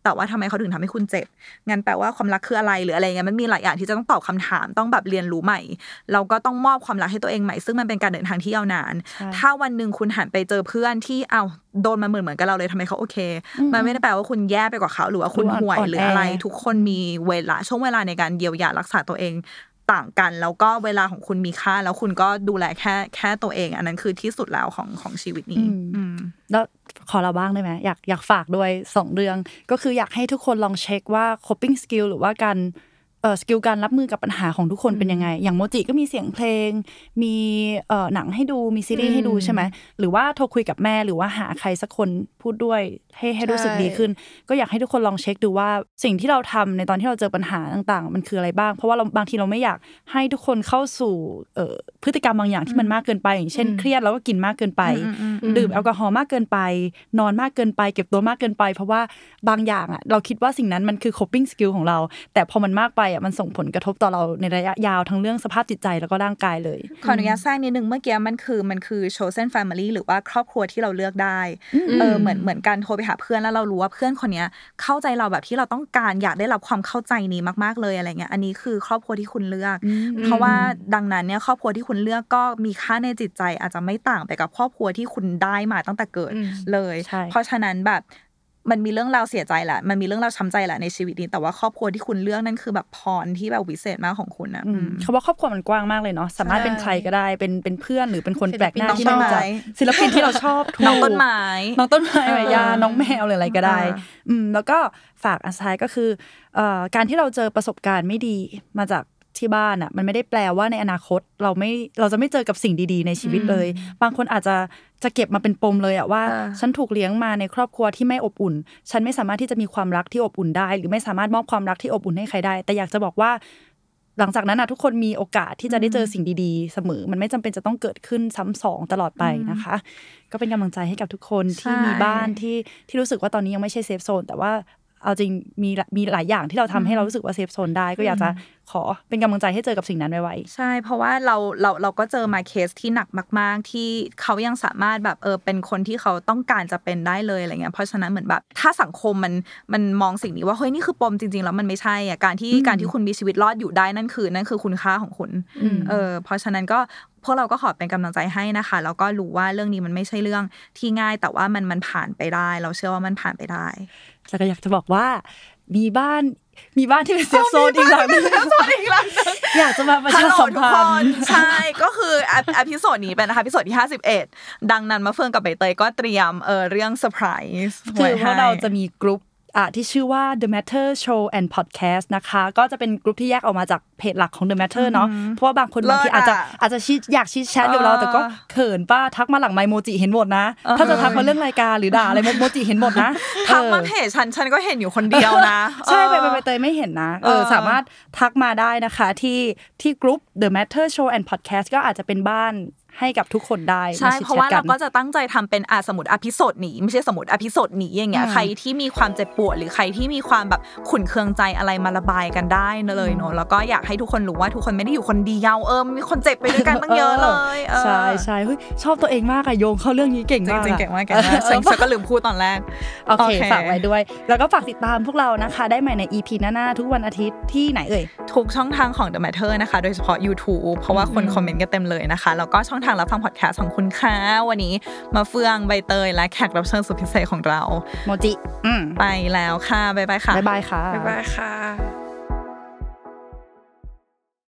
Speaker 2: แต่ว่าทำไมเขาถึงทำให้คุณเจ็บงั้นแปลว่าความรักคืออะไรหรืออะไรเงี้ยมันมีหลายอย่างที่จะต้องตอบคำถามต้องแบบเรียนรู้ใหม่เราก็ต้องมอบความรักให้ตัวเองใหม่ซึ่งมันเป็นการเดินทางที่ยาวนานถ้าวันนึงคุณหันไปเจอเพื่อนที่เอ้าโดนมาเหมือนเหมือนกับเราเลยทำไมเขาโอเคมันไม่ได้แปลว่าคุณแย่ไปกว่าเขาหรือว่าคุณห่วยหรืออะไรทุกคนมีเวลาช่วงเวลาในการเยียวยารักษาตัวเองต่างกันแล้วก็เวลาของคุณมีค่าแล้วคุณก็ดูแลแค่แค่ตัวเองอันนั้นคือที่สุดแล้วของของชีวิตนี้
Speaker 3: แล้วขอเราบ้างได้ไหมอยากอยากฝากด้วยสองเรื่องก็คืออยากให้ทุกคนลองเช็คว่า coping skill หรือว่าการเอ่อสกิลการรับมือกับปัญหาของทุกคนเป็นยังไงอย่างโมจิก็มีเสียงเพลงมีเอ่อหนังให้ดูมีซีรีส์ให้ดูใช่ไหมหรือว่าโทรคุยกับแม่หรือว่าหาใครสักคนพูดด้วยให้ให้รู้สึกดีขึ้นก็อยากให้ทุกคนลองเช็คดูว่าสิ่งที่เราทำในตอนที่เราเจอปัญหาต่างๆมันคืออะไรบ้างเพราะว่าเราบางทีเราไม่อยากให้ทุกคนเข้าสู่เอ่อพฤติกรรมบางอย่างที่มันมากเกินไปอย่างเช่นเครียดแล้วก็กินมากเกินไปดื่มแอลกอฮอล์มากเกินไปนอนมากเกินไปเก็บตัวมากเกินไปเพราะว่าบางอย่างอ่ะเราคิดว่าสิ่งนั้นมันคือ coping skill ของเราแต่พอมันมากไปอ่ะมันส่งผลกระทบต่อเราในระยะยาวทั้งเรื่องสภาพจิตใจแล้วก็ร่างกายเลย
Speaker 2: ขออนุญาตแทรกนิดนึงเมื่อกี้มันคือมันคือ chosen family หรือว่าครอบครัวที่เราเลือกได้เออเหมือนเหมือนการโทรไปหาเพื่อนแล้วเรารู้ว่าเพื่อนคนนี้เข้าใจเราแบบที่เราต้องการอยากได้รับความเข้าใจนี้มากๆเลยอะไรเงี้ยอันนี้คือครอบครัวที่คุณเลือกเพราะว่าดังนั้นเนี่ยครอบครัวที่คุณเลือกก็มีค่าในจิตใจอาจจะไม่ต่างไปกับครอบครัวที่คุณได้มาตั้งแต่เกิดเลยเพราะฉะนั้นแบบมันมีเรื่องราวเสียใจแหละมันมีเรื่องราวช้ำใจแหละในชีวิตนี้แต่ว่าครอบครัวที่คุณเลือกนั่นคือแบบพรที่แบบวิเศษมากของคุณนะ
Speaker 3: เขาว่าครอบครัวมันกว้างมากเลยเนาะสามารถเป็นใครก็ได้เป็นเป็นเพื่อนหรือเป็นคนแปลกหน้าที่ไม่รู้จักศิลปินที่เราชอบ
Speaker 2: น้องต้นไม้
Speaker 3: น้องต้นไม้แม่ย่าน้องแมวหรืออะไรก็ได้อืมแล้วก็ฝากอันสุดท้ายก็คือเอ่อการที่เราเจอประสบการณ์ไม่ดีมาจากที่บ้านอ่ะมันไม่ได้แปลว่าในอนาคตเราไม่เราจะไม่เจอกับสิ่งดีๆในชีวิตเลยบางคนอาจจะจะเก็บมาเป็นปมเลยอ่ะว่าฉันถูกเลี้ยงมาในครอบครัวที่ไม่อบอุ่นฉันไม่สามารถที่จะมีความรักที่อบอุ่นได้หรือไม่สามารถมอบความรักที่อบอุ่นให้ใครได้แต่อยากจะบอกว่าหลังจากนั้นนะทุกคนมีโอกาสที่จะได้เจอสิ่งดีๆเสมอมันไม่จำเป็นจะต้องเกิดขึ้นซ้ำสองตลอดไปนะคะก็เป็นกำลังใจให้กับทุกคนที่มีบ้านที่ที่รู้สึกว่าตอนนี้ยังไม่ใช่เซฟโซนแต่ว่าเอาจริงมีมีหลายอย่างที่เราทำให้เรารู้สึกว่าเซฟโซนได้ก็อยากจะขอเป็นกำลังใจให้เจอกับสิ่งนั้นไว้
Speaker 2: ใช่เพราะว่าเราเราเราก็เจอมาเคสที่หนักมากๆที่เขายังสามารถแบบเออเป็นคนที่เขาต้องการจะเป็นได้เลยอะไรเงี้ยเพราะฉะนั้นเหมือนแบบถ้าสังคมมันมันมองสิ่งนี้ว่าเฮ้ยนี่คือปมจริงๆแล้วมันไม่ใช่อ่ะการที่การที่คุณมีชีวิตรอดอยู่ได้นั่นคือนั่นคือคุณค่าของคุณเออเพราะฉะนั้นก็พวกเราก็ขอเป็นกำลังใจให้นะคะแล้วก็รู้ว่าเรื่องนี้มันไม่ใช่เรื่องที่ง่ายแต่ว่ามันมันผ่านไปได้เราเชื่อว่ามันผ่านไปได้
Speaker 3: แล้วก็อยากจะบอกว่ามีบ้านมีบ้านที่เป็นเซฟโซนอีกหลังนึงอยากจะมาประชาสัมพันธ์
Speaker 2: ใช่ก็คืออพิโซดนี้เป็นนะคะอพิโซดที่ห้าสิบเอ็ดดังนั้นมะเฟืองกับใบเตยก็เตรียมเออเรื่องเซอร์ไพรส์
Speaker 3: คือว่าเราจะมีกลุ่มอ่ะที่ชื่อว่า The Matter Show and Podcast นะคะก็จะเป็นกลุ่มที่แยกออกมาจากเพจหลักของ The Matter เนาะเพราะว่าบางคนบางทีอาจจะอาจจะชิดอยากชิดแชทกับเราแต่ก็เขินป้าทักมาหลังไมค์โมจิเห็นหมดนะถ้าจะทักมาเรื่องรายการหรือด่าอะไรโมจิเห็นหมดนะ
Speaker 2: ทักมาเพจฉันฉันก็เห็นอยู่คนเดียวนะ
Speaker 3: ใช่ไปไปเตยไม่เห็นนะเออสามารถทักมาได้นะคะที่ที่กลุ่ม The Matter Show and Podcast ก็อาจจะเป็นบ้านให้กับทุกคนได้
Speaker 2: ใช่เพราะว่าเราก็จะตั้งใจทำเป็นอ่ะสมมุติอพิโซดนี้ไม่ใช่สมมุติอพิโซดนี้อย่างเงี้ยใครที่มีความเจ็บปวดหรือใครที่มีความแบบขุ่นเคืองใจอะไรมาระบายกันได้เลยเนาะแล้วก็อยากให้ทุกคนรู้ว่าทุกคนไม่ได้อยู่คนเดียวเออมีคนเจ็บไปด้วยกันตั้งเยอะเลย
Speaker 3: ใช่ใช่เฮ้ยชอบตัวเองมากอะโยงเข้าเรื่องนี้เก่งมาก
Speaker 2: จริงๆเก่งมากเก่งมากฉันก็ลืมพูดตอนแรก
Speaker 3: โอเคฝากไว้ด้วยแล้วก็ฝากติดตามพวกเรานะคะได้ใหม่ใน อี พี หน้าๆทุกวันอาทิตย์ที่ไหนเอ่ย
Speaker 2: ทุกช่องทางของ The Matter นะคะโดยเฉพาะ YouTube เพราะว่าคนคอมเมนต์กันเต็มเลยนะคะแล้วก็ช่องทางรับฟังพอดแคสต์ของคุณค่ะวันนี้มาเฟืองใบเตยและแขกรับเชิญสุดพิเศษของเรา
Speaker 3: โมจิ
Speaker 2: ไปแล้วค่ะบ๊ายบายค่ะ
Speaker 3: บ๊ายบายค่ะ
Speaker 4: บ๊ายบายค่ะ